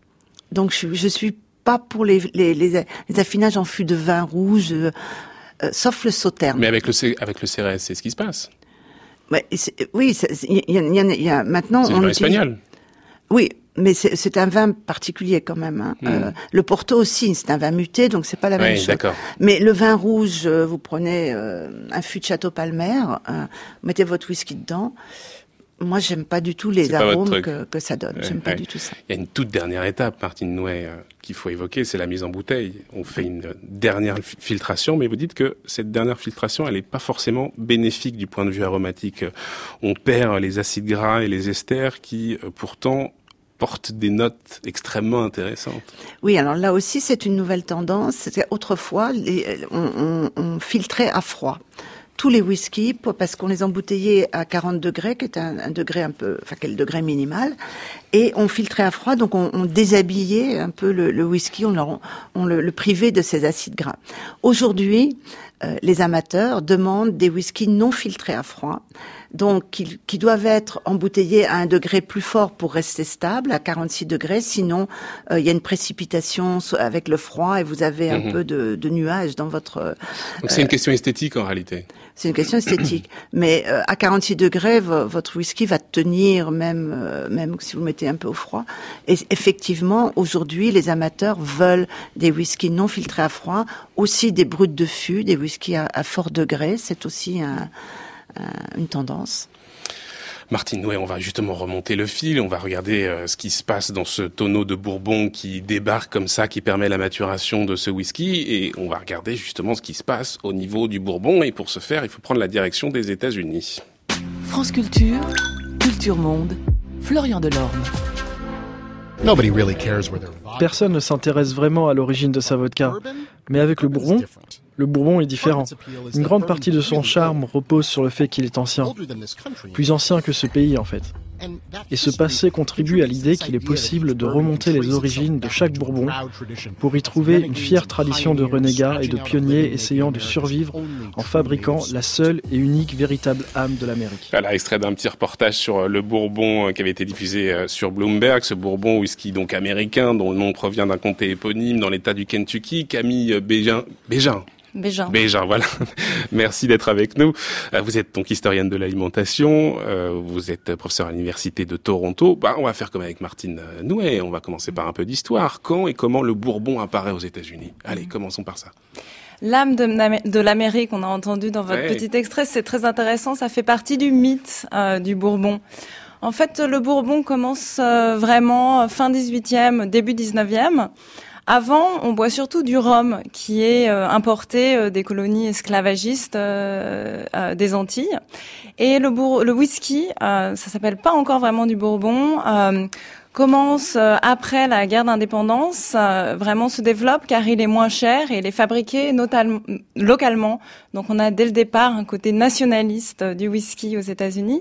Donc je, je suis pas pour les, les, les, les affinages en fût de vin rouge, euh, euh, sauf le sauterne. Mais avec le avec le Jerez, c'est ce qui se passe. Ouais, c'est, oui, il y, y, y, y a maintenant. C'est on le vin utilise... espagnol. Oui, mais c'est, c'est un vin particulier quand même. Hein. Mmh. Euh, le Porto aussi, c'est un vin muté, donc c'est pas la même oui, chose. D'accord. Mais le vin rouge, euh, vous prenez euh, un fût de Château Palmer, euh, vous mettez votre whisky dedans. Moi, j'aime pas du tout les c'est arômes que, que ça donne. Ouais, j'aime pas ouais. du tout ça. Il y a une toute dernière étape, Martine Nouet, euh, qu'il faut évoquer, c'est la mise en bouteille. On fait une dernière filtration, mais vous dites que cette dernière filtration, elle n'est pas forcément bénéfique du point de vue aromatique. On perd les acides gras et les esters qui, euh, pourtant, portent des notes extrêmement intéressantes. Oui, alors là aussi, c'est une nouvelle tendance. C'était autrefois, les, on, on, on filtrait à froid tous les whiskies, parce qu'on les embouteillait à quarante degrés, qui est un, un degré un peu, enfin, quel degré minimal, et on filtrait à froid, donc on, on déshabillait un peu le, le whisky, on, leur, on le, le privait de ses acides gras. Aujourd'hui, euh, les amateurs demandent des whiskies non filtrés à froid, donc qui, qui doivent être embouteillés à un degré plus fort pour rester stable, à quarante-six degrés, sinon euh, il y a une précipitation avec le froid et vous avez un mmh. peu de, de nuages dans votre... Euh, donc c'est une question esthétique en réalité. C'est une question esthétique, mais euh, à quarante-six degrés, v- votre whisky va tenir même euh, même si vous le mettez un peu au froid. Et effectivement, aujourd'hui, les amateurs veulent des whiskies non filtrés à froid, aussi des bruts de fût, des whiskies à, à fort degré. C'est aussi un, un, une tendance. Martine Nouet, on va justement remonter le fil, on va regarder euh, ce qui se passe dans ce tonneau de Bourbon qui débarque comme ça, qui permet la maturation de ce whisky, et on va regarder justement ce qui se passe au niveau du Bourbon, et pour ce faire, il faut prendre la direction des États-Unis. France Culture, Culture Monde, Florian Delorme. Personne ne s'intéresse vraiment à l'origine de sa vodka, mais avec le Bourbon, le Bourbon est différent. Une grande partie de son charme repose sur le fait qu'il est ancien. Plus ancien que ce pays, en fait. Et ce passé contribue à l'idée qu'il est possible de remonter les origines de chaque Bourbon pour y trouver une fière tradition de renégats et de pionniers essayant de survivre en fabriquant la seule et unique véritable âme de l'Amérique. Voilà, extrait d'un petit reportage sur le Bourbon qui avait été diffusé sur Bloomberg, ce Bourbon whisky donc américain dont le nom provient d'un comté éponyme dans l'état du Kentucky. Camille Bégin, Bégin. Béjean. Béjean, voilà. Merci d'être avec nous. Vous êtes donc historienne de l'alimentation, vous êtes professeur à l'université de Toronto. Bah, on va faire comme avec Martine Nouet, on va commencer par un peu d'histoire. Quand et comment le Bourbon apparaît aux États-Unis ? Allez, commençons par ça. L'âme de, de l'Amérique, on a entendu dans votre ouais. petit extrait, c'est très intéressant, ça fait partie du mythe euh, du Bourbon. En fait, le Bourbon commence euh, vraiment fin dix-huitième, début dix-neuvième. Avant, on boit surtout du rhum qui est euh, importé euh, des colonies esclavagistes euh, euh, des Antilles. Et le, bour- le whisky, euh, ça s'appelle pas encore vraiment du Bourbon, euh, commence euh, après la guerre d'indépendance, euh, vraiment se développe car il est moins cher et il est fabriqué notamment localement. Donc on a dès le départ un côté nationaliste euh, du whisky aux États-Unis.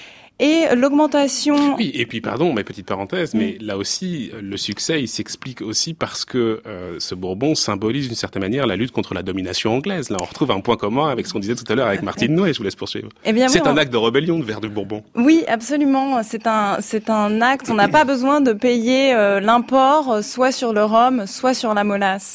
Et l'augmentation... Oui, et puis pardon, mais petite parenthèse, mais là aussi, le succès, il s'explique aussi parce que euh, ce Bourbon symbolise d'une certaine manière la lutte contre la domination anglaise. Là, on retrouve un point commun avec ce qu'on disait tout à l'heure avec Martine Nouet, je vous laisse poursuivre. Eh bien, c'est oui, un on... acte de rébellion de vers du Bourbon. Oui, absolument, c'est un, c'est un acte, on n'a pas besoin de payer euh, l'import, soit sur le rhum, soit sur la molasse.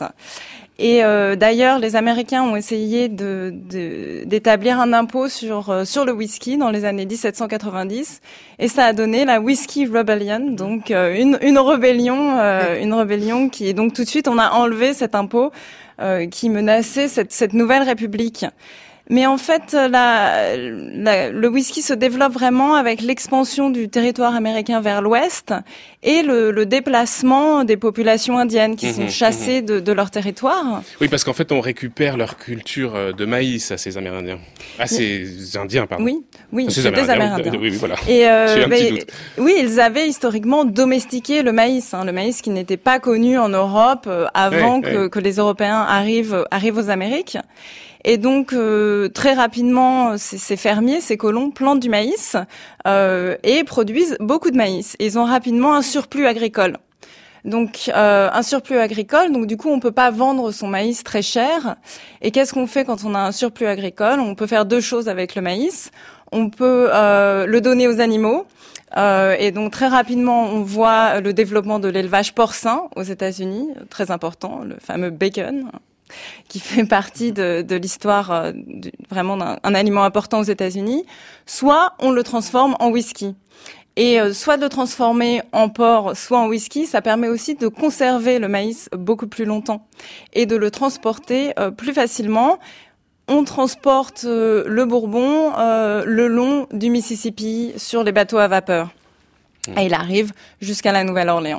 Et euh, d'ailleurs, les Américains ont essayé de, de, d'établir un impôt sur euh, sur le whisky dans les années dix-sept cent quatre-vingt-dix, et ça a donné la Whiskey Rebellion, donc euh, une une rébellion, euh, une rébellion qui est donc tout de suite on a enlevé cet impôt euh, qui menaçait cette cette nouvelle république. Mais en fait, la, la, le whisky se développe vraiment avec l'expansion du territoire américain vers l'ouest et le, le déplacement des populations indiennes qui mmh, sont chassées mmh. de, de leur territoire. Oui, parce qu'en fait, on récupère leur culture de maïs à ces Amérindiens. À ces Indiens, pardon. Oui, oui, c'est des Amérindiens. Oui, oui, voilà. Et euh, mais, oui, ils avaient historiquement domestiqué le maïs, hein, le maïs qui n'était pas connu en Europe euh, avant ouais, que, ouais. que les Européens arrivent, arrivent aux Amériques. Et donc, euh, très rapidement, ces, ces fermiers, ces colons plantent du maïs euh, et produisent beaucoup de maïs. Et ils ont rapidement un surplus agricole. Donc, euh, un surplus agricole, donc du coup, on peut pas vendre son maïs très cher. Et qu'est-ce qu'on fait quand on a un surplus agricole ? On peut faire deux choses avec le maïs. On peut euh, le donner aux animaux. Euh, et donc très rapidement, on voit le développement de l'élevage porcin aux États-Unis, très important, le fameux bacon, qui fait partie de, de l'histoire euh, de, vraiment d'un un aliment important aux États-Unis, soit on le transforme en whisky. Et euh, soit de le transformer en porc, soit en whisky, ça permet aussi de conserver le maïs beaucoup plus longtemps et de le transporter euh, plus facilement. On transporte euh, le Bourbon euh, le long du Mississippi sur les bateaux à vapeur. Mmh. Et il arrive jusqu'à la Nouvelle-Orléans.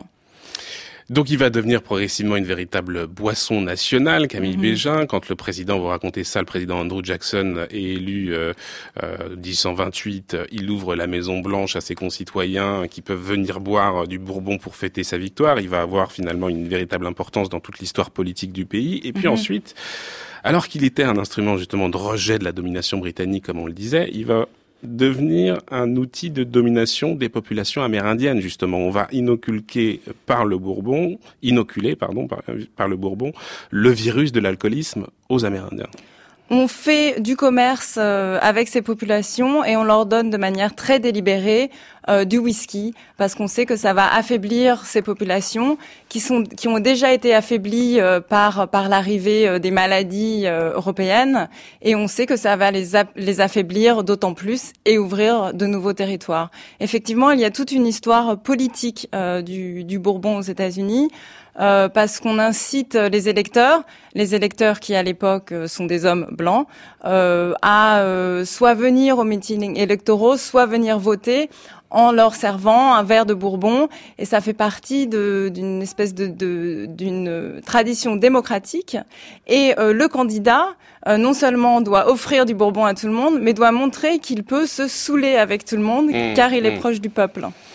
Donc il va devenir progressivement une véritable boisson nationale, Camille mmh. Bégin. Quand le président, vous racontez ça, le président Andrew Jackson est élu euh, euh, dix-huit cent vingt-huit, il ouvre la Maison Blanche à ses concitoyens qui peuvent venir boire du Bourbon pour fêter sa victoire. Il va avoir finalement une véritable importance dans toute l'histoire politique du pays. Et puis mmh. ensuite, alors qu'il était un instrument justement de rejet de la domination britannique, comme on le disait, il va devenir un outil de domination des populations amérindiennes, justement. On va inoculquer par le Bourbon, inoculer, pardon, par, par le Bourbon, le virus de l'alcoolisme aux Amérindiens. On fait du commerce euh, avec ces populations et on leur donne de manière très délibérée euh, du whisky parce qu'on sait que ça va affaiblir ces populations qui sont qui ont déjà été affaiblies euh, par par l'arrivée euh, des maladies euh, européennes et on sait que ça va les a- les affaiblir d'autant plus et ouvrir de nouveaux territoires. Effectivement, il y a toute une histoire politique euh, du du Bourbon aux États-Unis. Euh, parce qu'on incite les électeurs, les électeurs qui à l'époque sont des hommes blancs, euh, à euh, soit venir aux meetings électoraux, soit venir voter en leur servant un verre de Bourbon. Et ça fait partie de, d'une espèce de, de d'une tradition démocratique. Et euh, le candidat, euh, non seulement doit offrir du Bourbon à tout le monde, mais doit montrer qu'il peut se saouler avec tout le monde, mmh, car il est mmh. proche du peuple.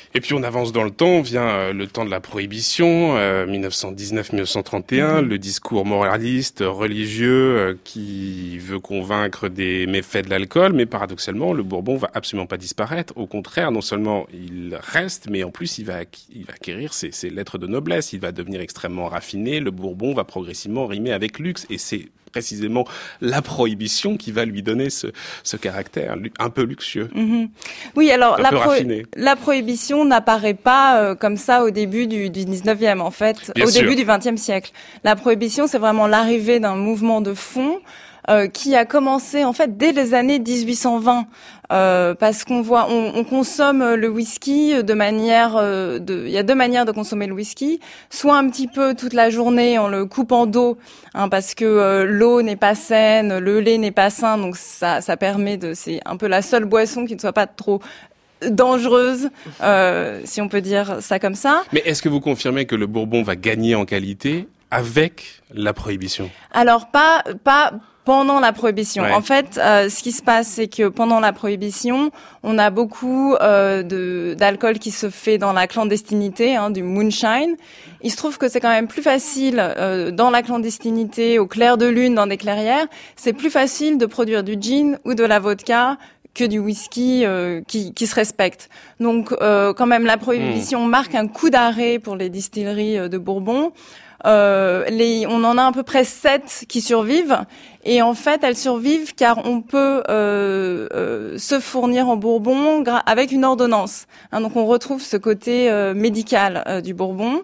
Et puis on avance dans le temps, vient euh, le temps de la prohibition, euh, dix-neuf cent dix-neuf dix-neuf cent trente et un, mmh. le discours moraliste, religieux, euh, qui veut convaincre des méfaits de l'alcool, mais paradoxalement, le Bourbon va absolument pas disparaître. Au contraire, non seulement il reste, mais en plus il va, il va acquérir ses, ses lettres de noblesse, il va devenir extrêmement raffiné, le Bourbon va progressivement rimer avec luxe, et c'est précisément la prohibition qui va lui donner ce, ce caractère un peu luxueux. Mmh. Oui, alors la, pro- la prohibition n'apparaît pas euh, comme ça au début du, du dix-neuvième, en fait, Bien au sûr. début du vingtième siècle. La prohibition, c'est vraiment l'arrivée d'un mouvement de fond euh, qui a commencé en fait dès les années dix-huit cent vingt. Euh, parce qu'on voit, on, on consomme le whisky de manière, euh, de, il y a deux manières de consommer le whisky, soit un petit peu toute la journée en le coupant d'eau, hein, parce que euh, l'eau n'est pas saine, le lait n'est pas sain, donc ça, ça permet de, c'est un peu la seule boisson qui ne soit pas trop dangereuse, euh, si on peut dire ça comme ça. Mais est-ce que vous confirmez que le Bourbon va gagner en qualité avec la prohibition? Alors pas, pas. Pendant la prohibition. Ouais. En fait, euh, ce qui se passe, c'est que pendant la prohibition, on a beaucoup euh, de d'alcool qui se fait dans la clandestinité, hein, du moonshine. Il se trouve que c'est quand même plus facile euh, dans la clandestinité, au clair de lune, dans des clairières, c'est plus facile de produire du gin ou de la vodka que du whisky euh, qui, qui se respecte. Donc, euh, quand même, la prohibition mmh. marque un coup d'arrêt pour les distilleries de Bourbon. Euh, les, on en a à peu près sept qui survivent, et en fait elles survivent car on peut euh, euh, se fournir en Bourbon gra- avec une ordonnance. Hein, donc on retrouve ce côté euh, médical euh, du Bourbon.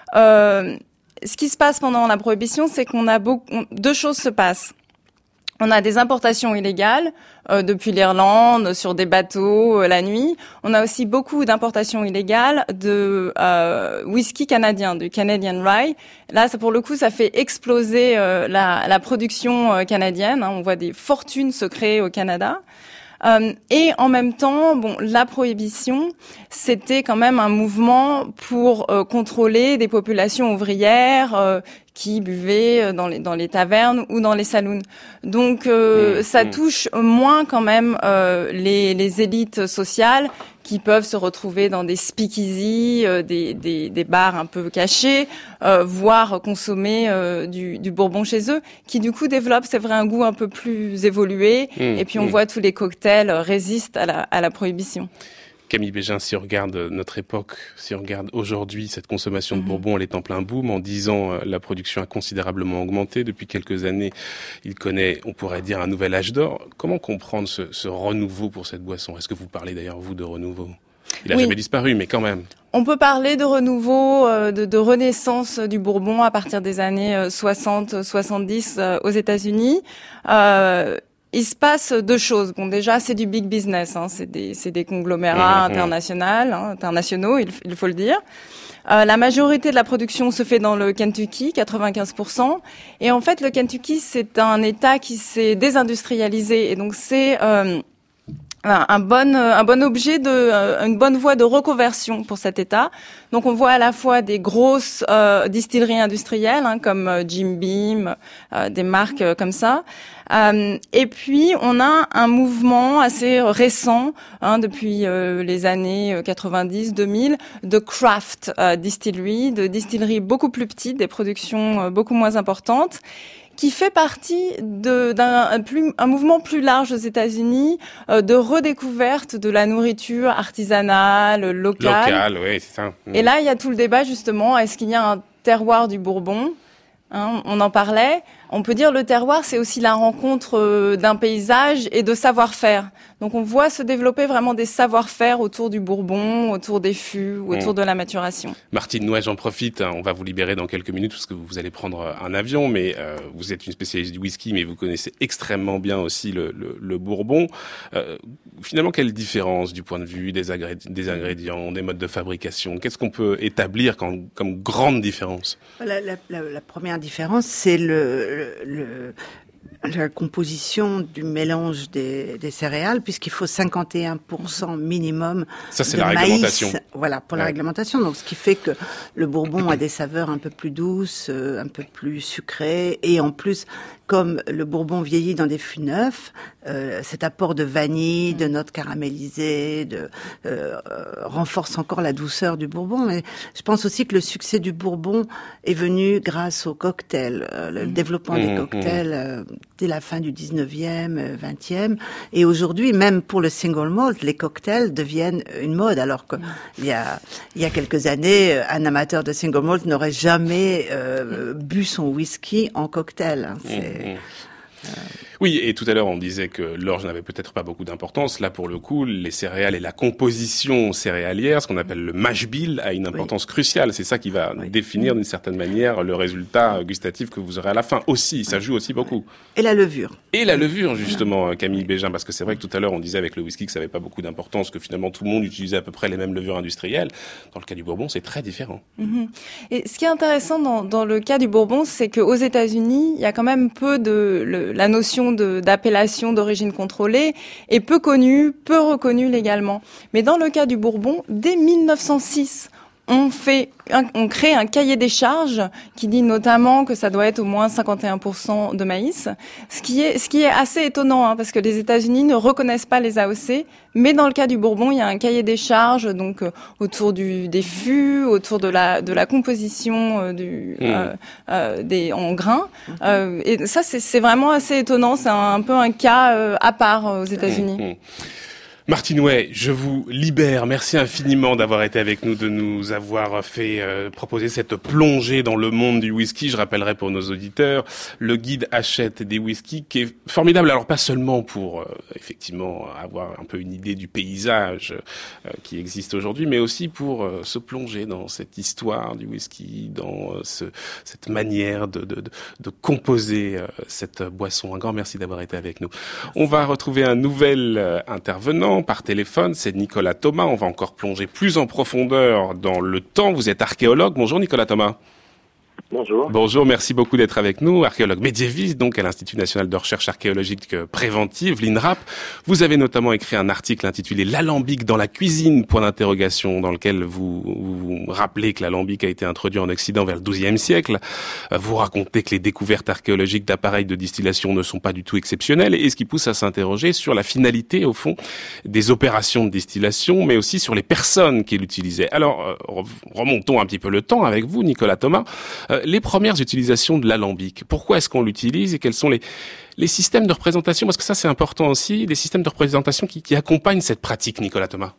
Euh, ce qui se passe pendant la prohibition, c'est qu'on a beaucoup, on, deux choses se passent. On a des importations illégales euh, depuis l'Irlande, sur des bateaux euh, la nuit. On a aussi beaucoup d'importations illégales de euh, whisky canadien, du Canadian Rye. Là, ça, pour le coup, ça fait exploser euh, la, la production euh, canadienne. Hein. On voit des fortunes se créer au Canada. Euh, et en même temps, bon, la prohibition, c'était quand même un mouvement pour euh, contrôler des populations ouvrières euh, qui buvaient dans les dans les tavernes ou dans les saloons. Donc euh, mmh, ça mmh. touche moins quand même euh, les les élites sociales qui peuvent se retrouver dans des speakeasy, euh, des, des des bars un peu cachés, euh, voire consommer euh, du du Bourbon chez eux, qui du coup développe, c'est vrai, un goût un peu plus évolué. Mmh, et puis on mmh. voit tous les cocktails résistent à la à la prohibition. Camille Bégin, si on regarde notre époque, si on regarde aujourd'hui, cette consommation de Bourbon, elle est en plein boom. En dix ans, la production a considérablement augmenté. Depuis quelques années, il connaît, on pourrait dire, un nouvel âge d'or. Comment comprendre ce, ce renouveau pour cette boisson? Est-ce que vous parlez d'ailleurs, vous, de renouveau? Il a oui. jamais disparu, mais quand même. On peut parler de renouveau, euh, de, de renaissance du Bourbon à partir des années soixante soixante-dix euh, aux États-Unis. Euh, Il se passe deux choses. Bon, déjà, c'est du big business, hein. C'est des, c'est des conglomérats mmh, internationaux, hein, internationaux, il, il faut le dire. Euh, la majorité de la production se fait dans le Kentucky, quatre-vingt-quinze pour cent. Et en fait, le Kentucky, c'est un État qui s'est désindustrialisé. Et donc, c'est euh, un, un bon, un bon objet de, une bonne voie de reconversion pour cet État. Donc, on voit à la fois des grosses euh, distilleries industrielles, hein, comme euh, Jim Beam, euh, des marques euh, comme ça. Euh, et puis, on a un mouvement assez récent, hein, depuis euh, les années quatre-vingt-dix deux mille, de craft euh, distillery, de distilleries beaucoup plus petites, des productions euh, beaucoup moins importantes, qui fait partie de, d'un un, plus, un mouvement plus large aux États-Unis euh, de redécouverte de la nourriture artisanale, locale. Locale, oui, c'est ça. Mmh. Et là, il y a tout le débat, justement, est-ce qu'il y a un terroir du Bourbon? Hein, on en parlait. On peut dire le terroir, c'est aussi la rencontre euh, d'un paysage et de savoir-faire. Donc on voit se développer vraiment des savoir-faire autour du Bourbon, autour des fûts, autour mmh. de la maturation. Martine Nouet, j'en profite, hein, on va vous libérer dans quelques minutes parce que vous allez prendre un avion, mais euh, vous êtes une spécialiste du whisky, mais vous connaissez extrêmement bien aussi le, le, le Bourbon. Euh, finalement, quelle différence du point de vue des, agré- des ingrédients, des modes de fabrication? Qu'est-ce qu'on peut établir comme, comme grande différence? La, la, la, la première différence, c'est le Le, la composition du mélange des, des céréales, puisqu'il faut cinquante et un pour cent minimum Ça, c'est de la maïs, réglementation. Voilà, pour ouais. la réglementation. Donc, ce qui fait que le Bourbon a des saveurs un peu plus douces, un peu plus sucrées, et en plus, comme le bourbon vieillit dans des fûts neufs, euh, cet apport de vanille, de notes caramélisées, de, euh, renforce encore la douceur du bourbon. Mais je pense aussi que le succès du bourbon est venu grâce aux cocktails, euh, le mmh. développement mmh. des cocktails euh, dès la fin du dix-neuvième, vingtième. Et aujourd'hui, même pour le single malt, les cocktails deviennent une mode. Alors que mmh. il y a il y a quelques années, un amateur de single malt n'aurait jamais euh, bu son whisky en cocktail. Hein. C'est, mmh. euh... Oui, et tout à l'heure on disait que l'orge n'avait peut-être pas beaucoup d'importance. Là, pour le coup, les céréales et la composition céréalière, ce qu'on appelle le mash bill, a une importance oui. cruciale. C'est ça qui va oui. définir d'une certaine manière le résultat gustatif que vous aurez à la fin. Aussi, ça joue aussi beaucoup. Et la levure. Et la levure, justement, Camille Bégin, parce que c'est vrai que tout à l'heure on disait avec le whisky que ça n'avait pas beaucoup d'importance, que finalement tout le monde utilisait à peu près les mêmes levures industrielles. Dans le cas du bourbon, c'est très différent. Mm-hmm. Et ce qui est intéressant dans, dans le cas du bourbon, c'est qu'aux États-Unis, il y a quand même peu de le, la notion de, d'appellation d'origine contrôlée est peu connue, peu reconnue légalement. Mais dans le cas du bourbon, dès mille neuf cent six, on fait, un, on crée un cahier des charges qui dit notamment que ça doit être au moins cinquante et un pour cent de maïs, ce qui est, ce qui est assez étonnant, hein, parce que les États-Unis ne reconnaissent pas les A O C, mais dans le cas du bourbon, il y a un cahier des charges, donc euh, autour du des fûts, autour de la de la composition euh, du mmh. euh, euh, des en grains, euh, et ça c'est c'est vraiment assez étonnant, c'est un, un peu un cas euh, à part euh, aux États-Unis. Mmh. Martine Way, je vous libère. Merci infiniment d'avoir été avec nous, de nous avoir fait euh, proposer cette plongée dans le monde du whisky. Je rappellerai pour nos auditeurs le guide Hachette des whiskies qui est formidable. Alors pas seulement pour euh, effectivement avoir un peu une idée du paysage euh, qui existe aujourd'hui, mais aussi pour euh, se plonger dans cette histoire du whisky, dans euh, ce, cette manière de, de, de, de composer euh, cette boisson. Un grand merci d'avoir été avec nous. On va retrouver un nouvel euh, intervenant par téléphone, c'est Nicolas Thomas. On va encore plonger plus en profondeur dans le temps. Vous êtes archéologue. Bonjour Nicolas Thomas. Bonjour. Bonjour, merci beaucoup d'être avec nous. Archéologue médiéviste, donc à l'Institut national de recherche archéologique préventive, l'I N R A P. Vous avez notamment écrit un article intitulé « L'alambic dans la cuisine », point d'interrogation, dans lequel vous, vous rappelez que l'alambic a été introduit en Occident vers le douzième siècle. Vous racontez que les découvertes archéologiques d'appareils de distillation ne sont pas du tout exceptionnelles, et ce qui pousse à s'interroger sur la finalité, au fond, des opérations de distillation, mais aussi sur les personnes qui l'utilisaient. Alors, remontons un petit peu le temps avec vous, Nicolas Thomas. Les premières utilisations de l'alambic, pourquoi est-ce qu'on l'utilise et quels sont les, les systèmes de représentation? Parce que ça, c'est important aussi, les systèmes de représentation qui, qui accompagnent cette pratique, Nicolas Thomas.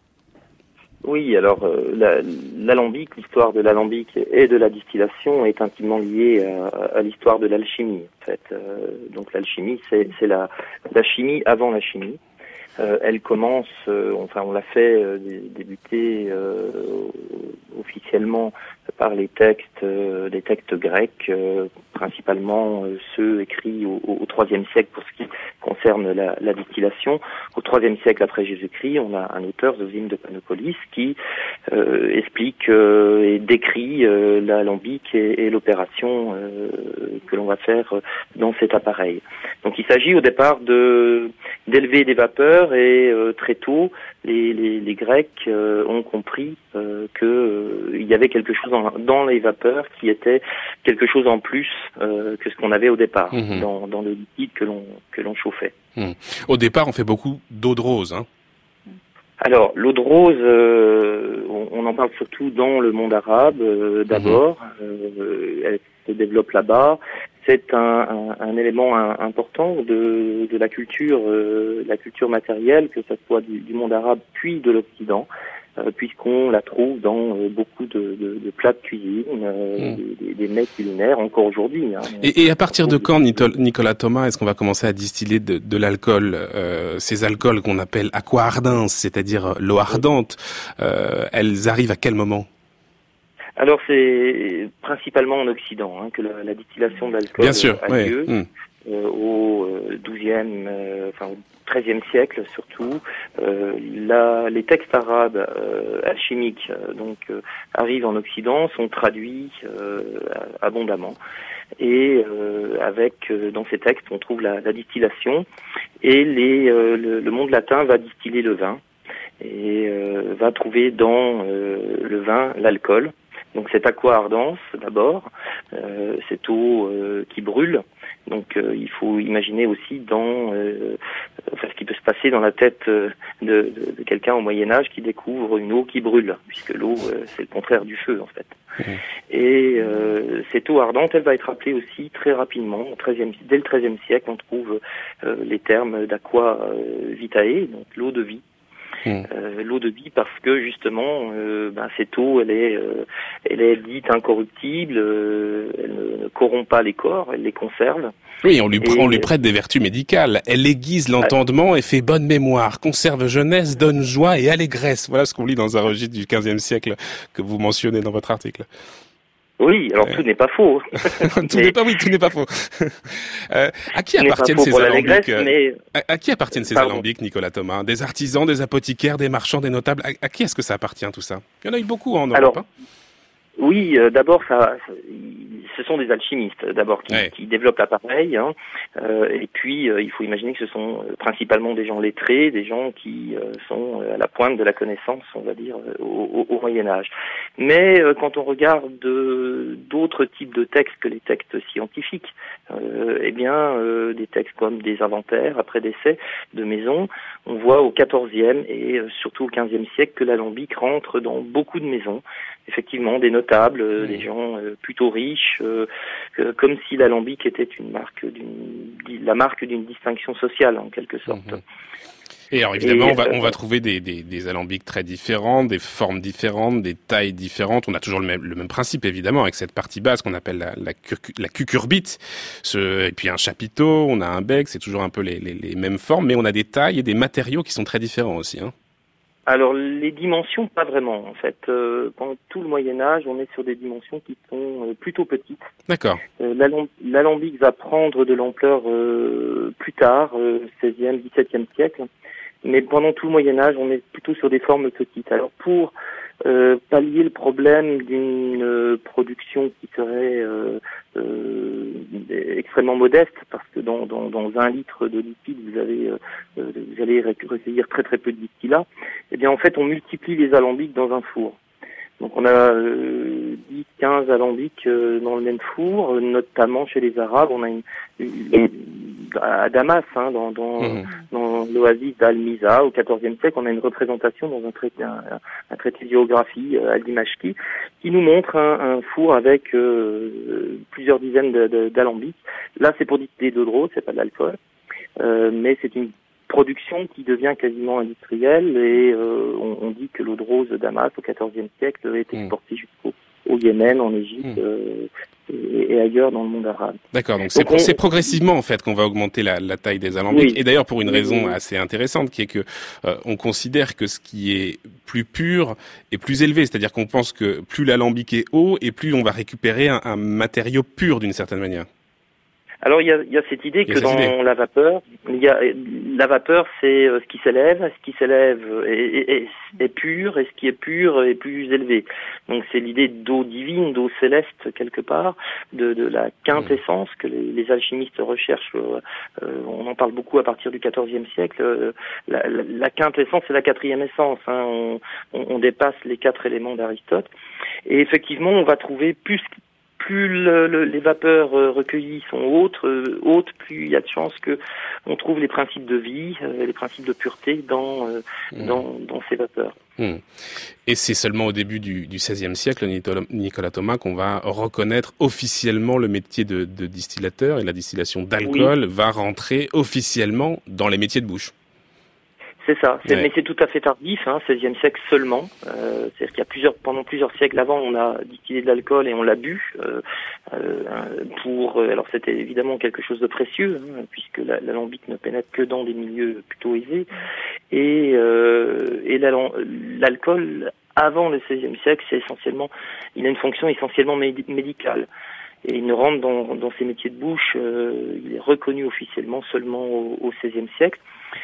Oui, alors euh, la, l'alambic, l'histoire de l'alambic et de la distillation est intimement liée à, à l'histoire de l'alchimie. En fait, euh, donc l'alchimie, c'est, c'est la, la chimie avant la chimie. Euh, elle commence, euh, enfin on l'a fait euh, débuter euh, officiellement par les textes, euh, des textes grecs, euh, principalement euh, ceux écrits au, au troisième siècle pour ce qui concerne la, la distillation. Au troisième siècle après Jésus-Christ, on a un auteur, Zosime de Panopolis, qui euh, explique euh, et décrit euh, l'alambic et, et l'opération euh, que l'on va faire dans cet appareil. Donc il s'agit au départ de d'élever des vapeurs et euh, très tôt les, les, les Grecs euh, ont compris euh, que euh, il y avait quelque chose en, dans les vapeurs qui était quelque chose en plus euh, que ce qu'on avait au départ mmh. dans, dans le liquide que l'on que l'on chauffait. Mmh. Au départ, on fait beaucoup d'eau de rose, hein. Alors, l'eau de rose, euh, on, on en parle surtout dans le monde arabe euh, d'abord. Mmh. Euh, elle se développe là-bas. C'est un, un, un élément un, important de, de la culture, euh, la culture matérielle, que ce soit du, du monde arabe puis de l'Occident, euh, puisqu'on la trouve dans euh, beaucoup de, de, de plats de cuisine, euh, mmh. des, des mets culinaires, encore aujourd'hui. Hein. Et, et à partir de quand, Nicolas Thomas, est-ce qu'on va commencer à distiller de, de l'alcool, euh, ces alcools qu'on appelle aqua ardens, c'est-à-dire l'eau ardente, euh, elles arrivent à quel moment ? Alors c'est principalement en Occident hein, que la, la distillation de l'alcool Bien sûr, a oui. lieu, mmh. euh, au douzième, euh, enfin au treizième siècle surtout. Euh, la, les textes arabes euh, alchimiques euh, donc euh, arrivent en Occident, sont traduits euh, abondamment. Et euh, avec euh, dans ces textes, on trouve la, la distillation et les, euh, le, le monde latin va distiller le vin et euh, va trouver dans euh, le vin l'alcool. Donc cette aqua ardens d'abord, euh, cette eau euh, qui brûle, Donc euh, il faut imaginer aussi dans euh, enfin, ce qui peut se passer dans la tête euh, de, de, de quelqu'un au Moyen-Âge qui découvre une eau qui brûle, puisque l'eau euh, c'est le contraire du feu en fait. Mmh. Et euh, cette eau ardente, elle va être appelée aussi très rapidement, au treizième, dès le treizième siècle, on trouve euh, les termes d'aqua euh, vitae, donc l'eau de vie. Mmh. Euh, l'eau de vie parce que justement euh, ben, cette eau elle est euh, elle est dite incorruptible, euh, elle ne, ne corrompt pas les corps, elle les conserve. Oui, on lui, et, on lui prête des vertus médicales. Elle aiguise l'entendement et fait bonne mémoire, conserve jeunesse, donne joie et allégresse. Voilà ce qu'on lit dans un registre du quinzième siècle que vous mentionnez dans votre article. Oui, alors ouais. Tout n'est pas faux. tout mais... n'est pas, oui, tout n'est pas faux. euh, à qui appartiennent ces alambics mais... à, à qui appartiennent ces Pardon. alambics, Nicolas Thomas? Des artisans, des apothicaires, des marchands, des notables. À, à qui est-ce que ça appartient tout ça? Il y en a eu beaucoup en Europe. Alors, hein oui, euh, d'abord, ça, ce sont des alchimistes d'abord qui, ouais. qui développent l'appareil, hein, euh, et puis euh, il faut imaginer que ce sont principalement des gens lettrés, des gens qui euh, sont à la pointe de la connaissance, on va dire, au, au, au Moyen Âge. Mais euh, quand on regarde de, d'autres types de textes que les textes scientifiques, euh, eh bien, euh, des textes comme des inventaires après décès de maisons, on voit au quatorzième et euh, surtout au quinzième siècle que l'alambic rentre dans beaucoup de maisons. Effectivement, des notables, euh, mmh. des gens euh, plutôt riches, euh, euh, comme si l'alambic était une marque d'une, la marque d'une distinction sociale en quelque sorte. Mmh. Et alors évidemment, et, on va euh, on va trouver des, des des alambics très différents, des formes différentes, des tailles différentes. On a toujours le même le même principe évidemment avec cette partie basse qu'on appelle la la, la cucurbite. Ce, et puis un chapiteau, on a un bec, c'est toujours un peu les, les les mêmes formes, mais on a des tailles et des matériaux qui sont très différents aussi, hein. Alors les dimensions, pas vraiment en fait. Euh, pendant tout le Moyen Âge, on est sur des dimensions qui sont euh, plutôt petites. D'accord. Euh, l'alambic va prendre de l'ampleur euh, plus tard, euh, seizième, dix-septième siècle. Mais pendant tout le Moyen Âge, on est plutôt sur des formes petites. Alors pour euh, pallier le problème d'une euh, production qui serait euh, euh, extrêmement modeste, parce que dans, dans, dans un litre de liquide, vous avez euh, vous allez recueillir très très peu de distillats. Eh bien en fait, on multiplie les alambics dans un four. Donc on a euh, dix, quinze alambics euh, dans le même four, euh, notamment chez les Arabes. On a une, une à Damas, hein, dans, dans, mmh. dans l'oasis d'Al-Miza, au quatorzième siècle, on a une représentation dans un traité, un, un traité de géographie, euh, Al-Dimashqi, qui nous montre un, un four avec euh, plusieurs dizaines de, de, d'alambics. Là, c'est pour distiller de l'eau, c'est pas de l'alcool, euh, mais c'est une production qui devient quasiment industrielle et euh, on, on dit que l'eau de rose de Damas au quatorzième siècle est exportée mmh. jusqu'au au Yémen, en Égypte mmh. euh, et, et ailleurs dans le monde arabe. D'accord, donc, donc c'est, on... c'est progressivement en fait qu'on va augmenter la, la taille des alambics. Oui. Et d'ailleurs pour une raison oui. assez intéressante qui est que euh, on considère que ce qui est plus pur est plus élevé, c'est-à-dire qu'on pense que plus l'alambic est haut et plus on va récupérer un, un matériau pur d'une certaine manière. Alors il y a, il y a cette idée que dans idée. la vapeur, il y a la vapeur, c'est ce qui s'élève, ce qui s'élève est, est, est pur et ce qui est pur est plus élevé. Donc c'est l'idée d'eau divine, d'eau céleste quelque part, de, de la quintessence que les, les alchimistes recherchent. Euh, on en parle beaucoup à partir du quatorzième siècle. Euh, la, la, la quintessence, c'est la quatrième essence. Hein. On, on, on dépasse les quatre éléments d'Aristote. Et effectivement, on va trouver plus Plus le, le, les vapeurs euh, recueillies sont hautes, euh, hautes, plus il y a de chances que on trouve les principes de vie, euh, les principes de pureté dans euh, mmh. dans, dans ces vapeurs. Mmh. Et c'est seulement au début du, du seizième siècle, Nicolas Thomas, qu'on va reconnaître officiellement le métier de, de distillateur et la distillation d'alcool oui. va rentrer officiellement dans les métiers de bouche. C'est ça, c'est, ouais. mais c'est tout à fait tardif, hein, seizième siècle seulement. Euh, c'est-à-dire qu'il y a plusieurs, pendant plusieurs siècles avant, on a distillé de l'alcool et on l'a bu. Euh, euh, pour, alors c'était évidemment quelque chose de précieux, hein, puisque la, l'alambic ne pénètre que dans des milieux plutôt aisés. Et, euh, et la, l'alcool avant le seizième siècle, c'est essentiellement, il a une fonction essentiellement médi- médicale. Et il ne rentre dans, dans ces métiers de bouche, euh, il est reconnu officiellement seulement au, au seizième siècle.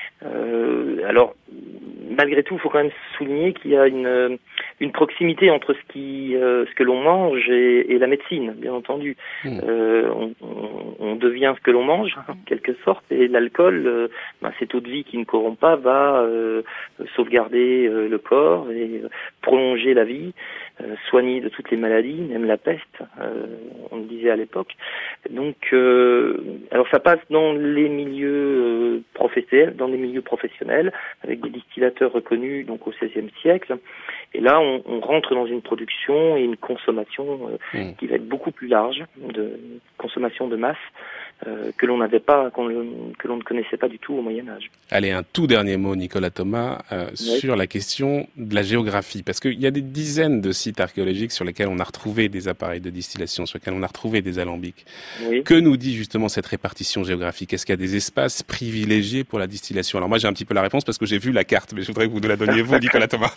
Euh, alors, malgré tout, il faut quand même souligner qu'il y a une, une proximité entre ce qui, euh, ce que l'on mange et, et la médecine, bien entendu. Mmh. Euh, on, on, on devient ce que l'on mange, en quelque sorte, et l'alcool, euh, ben, cette eau de vie qui ne corrompt pas, va euh, sauvegarder euh, le corps et euh, prolonger la vie. euh, soigner de toutes les maladies, même la peste, euh, on le disait à l'époque. Donc, euh, alors ça passe dans les milieux euh, professionnels, dans les milieux professionnels, avec des distillateurs reconnus donc au seizième siècle. Et là, on, on rentre dans une production et une consommation euh, mmh. qui va être beaucoup plus large, de consommation de masse. Euh, que l'on n'avait pas, qu'on, que l'on ne connaissait pas du tout au Moyen-Âge. Allez, un tout dernier mot, Nicolas Thomas, euh, oui. sur la question de la géographie. Parce qu'il y a des dizaines de sites archéologiques sur lesquels on a retrouvé des appareils de distillation, sur lesquels on a retrouvé des alambics. Oui. Que nous dit justement cette répartition géographique ? Est-ce qu'il y a des espaces privilégiés pour la distillation ? Alors moi, j'ai un petit peu la réponse parce que j'ai vu la carte, mais je voudrais que vous nous la donniez vous, Nicolas Thomas.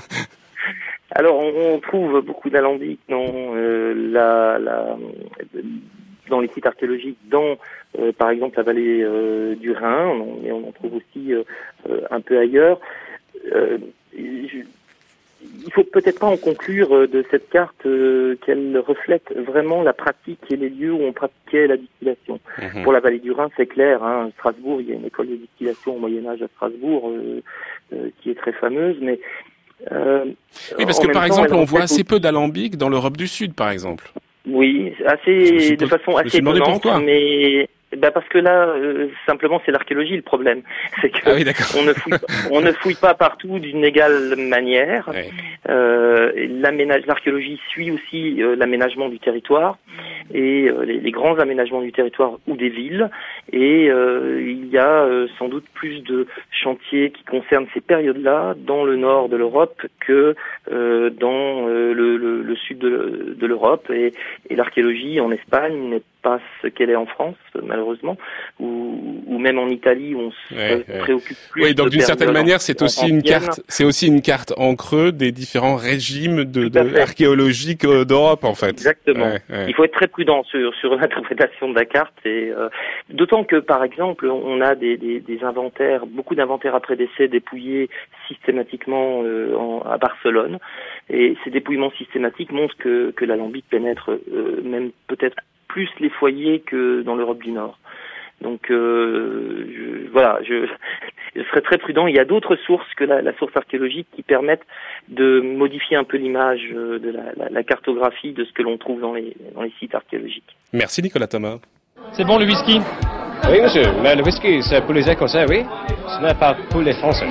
Alors, on, on trouve beaucoup d'alambics dans euh, la... la dans les sites archéologiques, dans euh, par exemple la vallée euh, du Rhin, mais on en trouve aussi euh, euh, un peu ailleurs. Euh, je, il faut peut-être pas en conclure euh, de cette carte euh, qu'elle reflète vraiment la pratique et les lieux où on pratiquait la distillation. Mmh. Pour la vallée du Rhin, c'est clair, hein, Strasbourg, il y a une école de distillation au Moyen-Âge à Strasbourg euh, euh, qui est très fameuse, mais Euh, oui, parce que par exemple, on voit assez peu d'alambics dans l'Europe du Sud, par exemple. Oui, assez, de façon assez étonnante, mais bah parce que là, euh, simplement, c'est l'archéologie le problème. C'est que ah oui, on ne fouille, on ne fouille pas partout d'une égale manière. Ouais. Euh, l'aménage, l'archéologie suit aussi euh, l'aménagement du territoire et euh, les, les grands aménagements du territoire ou des villes. Et euh, il y a euh, sans doute plus de chantiers qui concernent ces périodes-là dans le nord de l'Europe que euh, dans euh, le, le, le sud de, de l'Europe. Et, et l'archéologie en Espagne n'est pas ce qu'elle est en France, malheureusement, ou, ou même en Italie où on se ouais, préoccupe ouais. plus. Oui, donc d'une certaine manière, c'est aussi une carte, c'est aussi une carte en creux des différents régimes de, de archéologiques d'Europe, en fait. Exactement. Ouais, ouais. Il faut être très prudent sur, sur l'interprétation de la carte, et euh, d'autant que, par exemple, on a des, des, des inventaires, beaucoup d'inventaires après décès dépouillés systématiquement euh, en, à Barcelone, et ces dépouillements systématiques montrent que, que l'alambic pénètre euh, même peut-être plus les foyers que dans l'Europe du Nord. Donc euh, je, voilà, je, je serais très prudent. Il y a d'autres sources que la, la source archéologique qui permettent de modifier un peu l'image de la, la, la cartographie de ce que l'on trouve dans les, dans les sites archéologiques. Merci Nicolas Thomas. C'est bon le whisky ? Oui monsieur, mais le whisky c'est pour les Écossais, oui. Ce n'est pas pour les Français.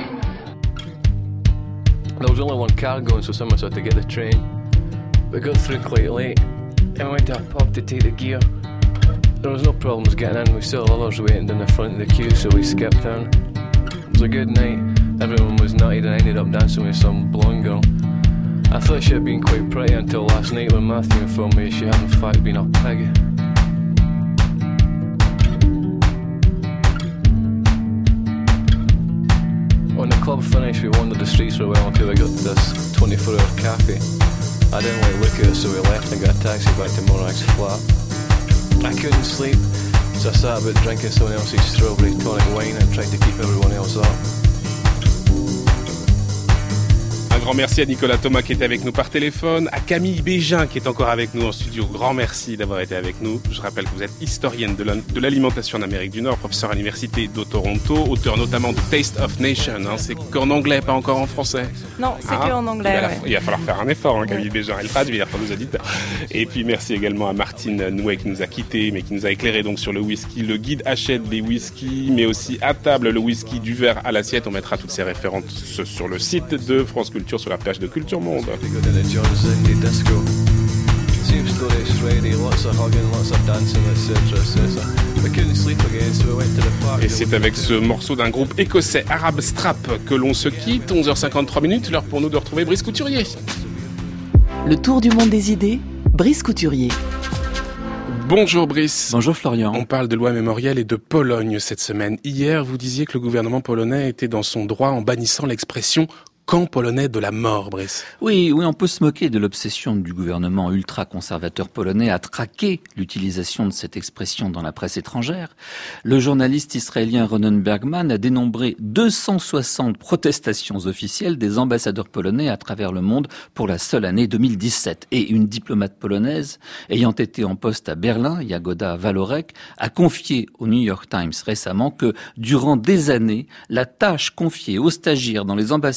There was only one car going, so someone had to get the train. We got through quite late. And we went to a pub to take the gear. There was no problems getting in, we still had others waiting in the front of the queue, so we skipped in. It was a good night, everyone was nutted and I ended up dancing with some blonde girl. I thought she had been quite pretty until last night when Matthew informed me she had in fact been a pig. When the club finished, we wandered the streets for a while until we got to this twenty-four hour cafe. I didn't want to look at it, so we left and got a taxi back to Monarch's flat. I couldn't sleep, so I sat about drinking someone else's strawberry tonic wine and tried to keep everyone else up. Un grand merci à Nicolas Thomas qui était avec nous par téléphone, à Camille Bégin qui est encore avec nous en studio. Grand merci d'avoir été avec nous. Je rappelle que vous êtes historienne de, la, de l'alimentation en Amérique du Nord, professeur à l'université de Toronto, auteur notamment de Taste of Nation. Hein. C'est qu'en anglais, pas encore en français. Non, c'est ah, qu'en anglais. Il va, ouais. il va falloir faire un effort, hein, Camille Bégin, et le traduire pour nos auditeurs. Et puis merci également à Martine Nouet qui nous a quittés, mais qui nous a éclairé donc sur le whisky. Le guide achète des whiskies, mais aussi à table le whisky du verre à l'assiette. On mettra toutes ces références sur le site de France Culture, sur la page de Culture Monde. Et c'est avec ce morceau d'un groupe écossais, Arab Strap, que l'on se quitte. onze heures cinquante-trois minutes, l'heure pour nous de retrouver Brice Couturier. Le tour du monde des idées, Brice Couturier. Bonjour Brice. Bonjour Florian. On parle de loi mémorielle et de Pologne cette semaine. Hier, vous disiez que le gouvernement polonais était dans son droit en bannissant l'expression camp polonais de la mort, Brice. Oui, oui, on peut se moquer de l'obsession du gouvernement ultra-conservateur polonais à traquer l'utilisation de cette expression dans la presse étrangère. Le journaliste israélien Ronen Bergman a dénombré deux cent soixante protestations officielles des ambassadeurs polonais à travers le monde pour la seule année deux mille dix-sept. Et une diplomate polonaise, ayant été en poste à Berlin, Jagoda Walorek, a confié au New York Times récemment que, durant des années, la tâche confiée aux stagiaires dans les ambassades polonaises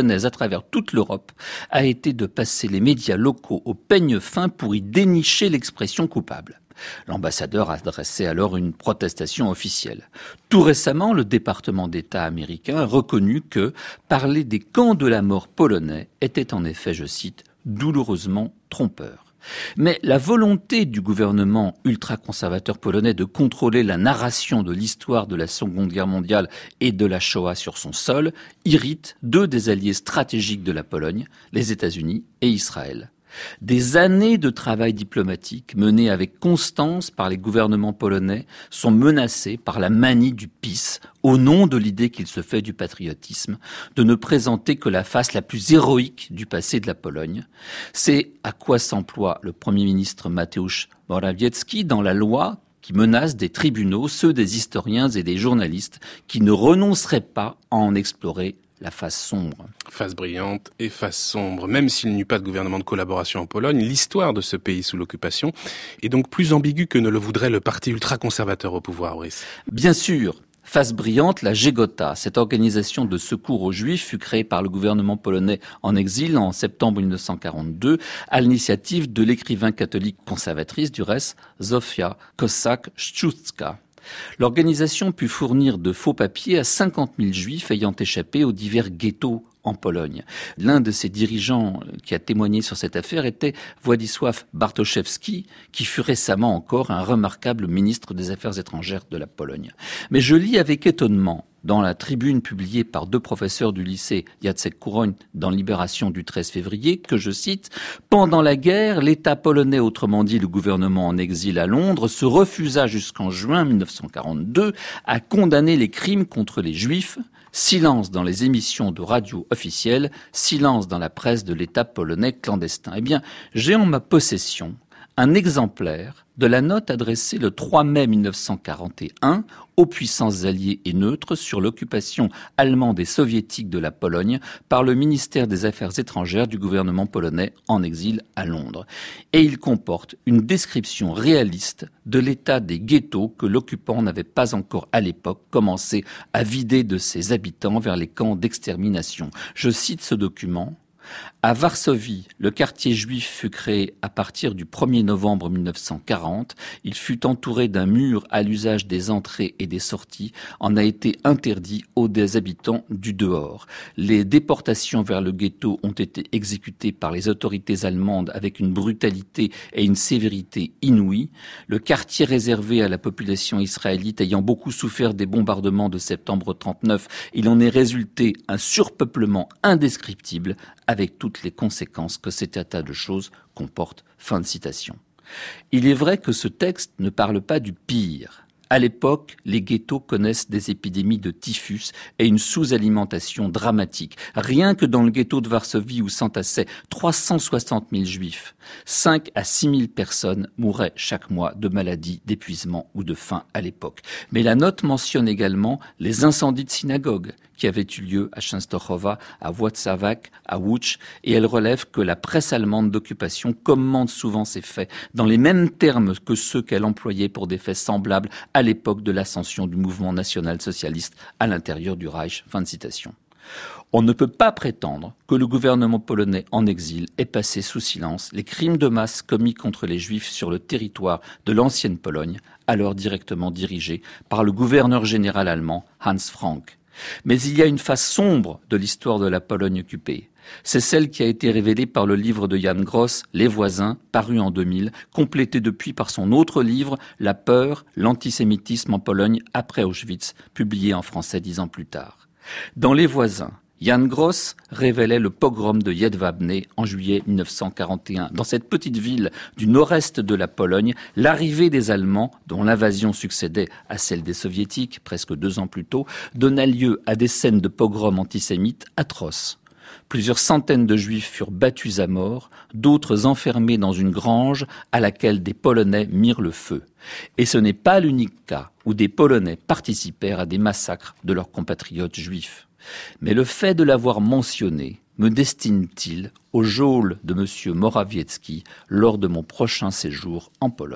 polonaise à travers toute l'Europe a été de passer les médias locaux au peigne fin pour y dénicher l'expression coupable. L'ambassadeur a adressé alors une protestation officielle. Tout récemment, le département d'État américain a reconnu que parler des camps de la mort polonais était en effet, je cite, douloureusement trompeur. Mais la volonté du gouvernement ultra-conservateur polonais de contrôler la narration de l'histoire de la Seconde Guerre mondiale et de la Shoah sur son sol irrite deux des alliés stratégiques de la Pologne, les États-Unis et Israël. Des années de travail diplomatique menées avec constance par les gouvernements polonais sont menacées par la manie du PiS, au nom de l'idée qu'il se fait du patriotisme, de ne présenter que la face la plus héroïque du passé de la Pologne. C'est à quoi s'emploie le Premier ministre Mateusz Morawiecki dans la loi qui menace des tribunaux, ceux des historiens et des journalistes qui ne renonceraient pas à en explorer la face sombre. Face brillante et face sombre. Même s'il n'y eut pas de gouvernement de collaboration en Pologne, l'histoire de ce pays sous l'occupation est donc plus ambiguë que ne le voudrait le parti ultra-conservateur au pouvoir, Brice. Bien sûr. Face brillante, la Żegota, cette organisation de secours aux Juifs, fut créée par le gouvernement polonais en exil en septembre mille neuf cent quarante-deux, à l'initiative de l'écrivain catholique conservatrice du reste, Zofia Kossak-Szczucka. L'organisation put fournir de faux papiers à cinquante mille juifs ayant échappé aux divers ghettos en Pologne. L'un de ses dirigeants qui a témoigné sur cette affaire était Władysław Bartoszewski, qui fut récemment encore un remarquable ministre des Affaires étrangères de la Pologne. Mais je lis avec étonnement dans la tribune publiée par deux professeurs du lycée Jacek Kuroń dans Libération du treize février, que je cite, « Pendant la guerre, l'État polonais, autrement dit le gouvernement en exil à Londres, se refusa jusqu'en juin mille neuf cent quarante-deux à condamner les crimes contre les Juifs. Silence dans les émissions de radio officielles, silence dans la presse de l'État polonais clandestin. » Eh bien, j'ai en ma possession un exemplaire de la note adressée le trois mai mille neuf cent quarante et un aux puissances alliées et neutres sur l'occupation allemande et soviétique de la Pologne par le ministère des Affaires étrangères du gouvernement polonais en exil à Londres. Et il comporte une description réaliste de l'état des ghettos que l'occupant n'avait pas encore à l'époque commencé à vider de ses habitants vers les camps d'extermination. Je cite ce document. À Varsovie, le quartier juif fut créé à partir du premier novembre mille neuf cent quarante. Il fut entouré d'un mur à l'usage des entrées et des sorties, en a été interdit aux des habitants du dehors. Les déportations vers le ghetto ont été exécutées par les autorités allemandes avec une brutalité et une sévérité inouïes. Le quartier réservé à la population israélite ayant beaucoup souffert des bombardements de septembre trente-neuf, il en est résulté un surpeuplement indescriptible avec toutes les conséquences que cet état de choses comporte. Fin de citation. Il est vrai que ce texte ne parle pas du pire. À l'époque, les ghettos connaissent des épidémies de typhus et une sous-alimentation dramatique. Rien que dans le ghetto de Varsovie où s'entassaient trois cent soixante mille juifs, cinq à six mille personnes mouraient chaque mois de maladies, d'épuisement ou de faim à l'époque. Mais la note mentionne également les incendies de synagogues qui avaient eu lieu à Częstochowa, à Włocławek, à Łódź, et elle relève que la presse allemande d'occupation commente souvent ces faits dans les mêmes termes que ceux qu'elle employait pour des faits semblables à l'époque de l'ascension du mouvement national-socialiste à l'intérieur du Reich. Fin de citation. On ne peut pas prétendre que le gouvernement polonais en exil ait passé sous silence les crimes de masse commis contre les Juifs sur le territoire de l'ancienne Pologne, alors directement dirigé par le gouverneur général allemand Hans Frank. Mais il y a une face sombre de l'histoire de la Pologne occupée. C'est celle qui a été révélée par le livre de Jan Gross, Les voisins, paru en deux mille, complété depuis par son autre livre, La peur, l'antisémitisme en Pologne après Auschwitz, publié en français dix ans plus tard. Dans Les voisins, Jan Gross révélait le pogrom de Jedwabne en juillet mille neuf cent quarante et un. Dans cette petite ville du nord-est de la Pologne, l'arrivée des Allemands, dont l'invasion succédait à celle des Soviétiques presque deux ans plus tôt, donna lieu à des scènes de pogrom antisémites atroces. Plusieurs centaines de Juifs furent battus à mort, d'autres enfermés dans une grange à laquelle des Polonais mirent le feu. Et ce n'est pas l'unique cas où des Polonais participèrent à des massacres de leurs compatriotes juifs. Mais le fait de l'avoir mentionné me destine-t-il au geôle de M. Morawiecki lors de mon prochain séjour en Pologne ?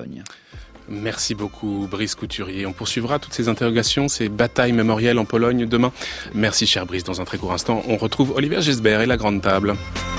Merci beaucoup Brice Couturier. On poursuivra toutes ces interrogations, ces batailles mémorielles en Pologne demain. Merci cher Brice. Dans un très court instant, on retrouve Olivier Gesbert et la grande table.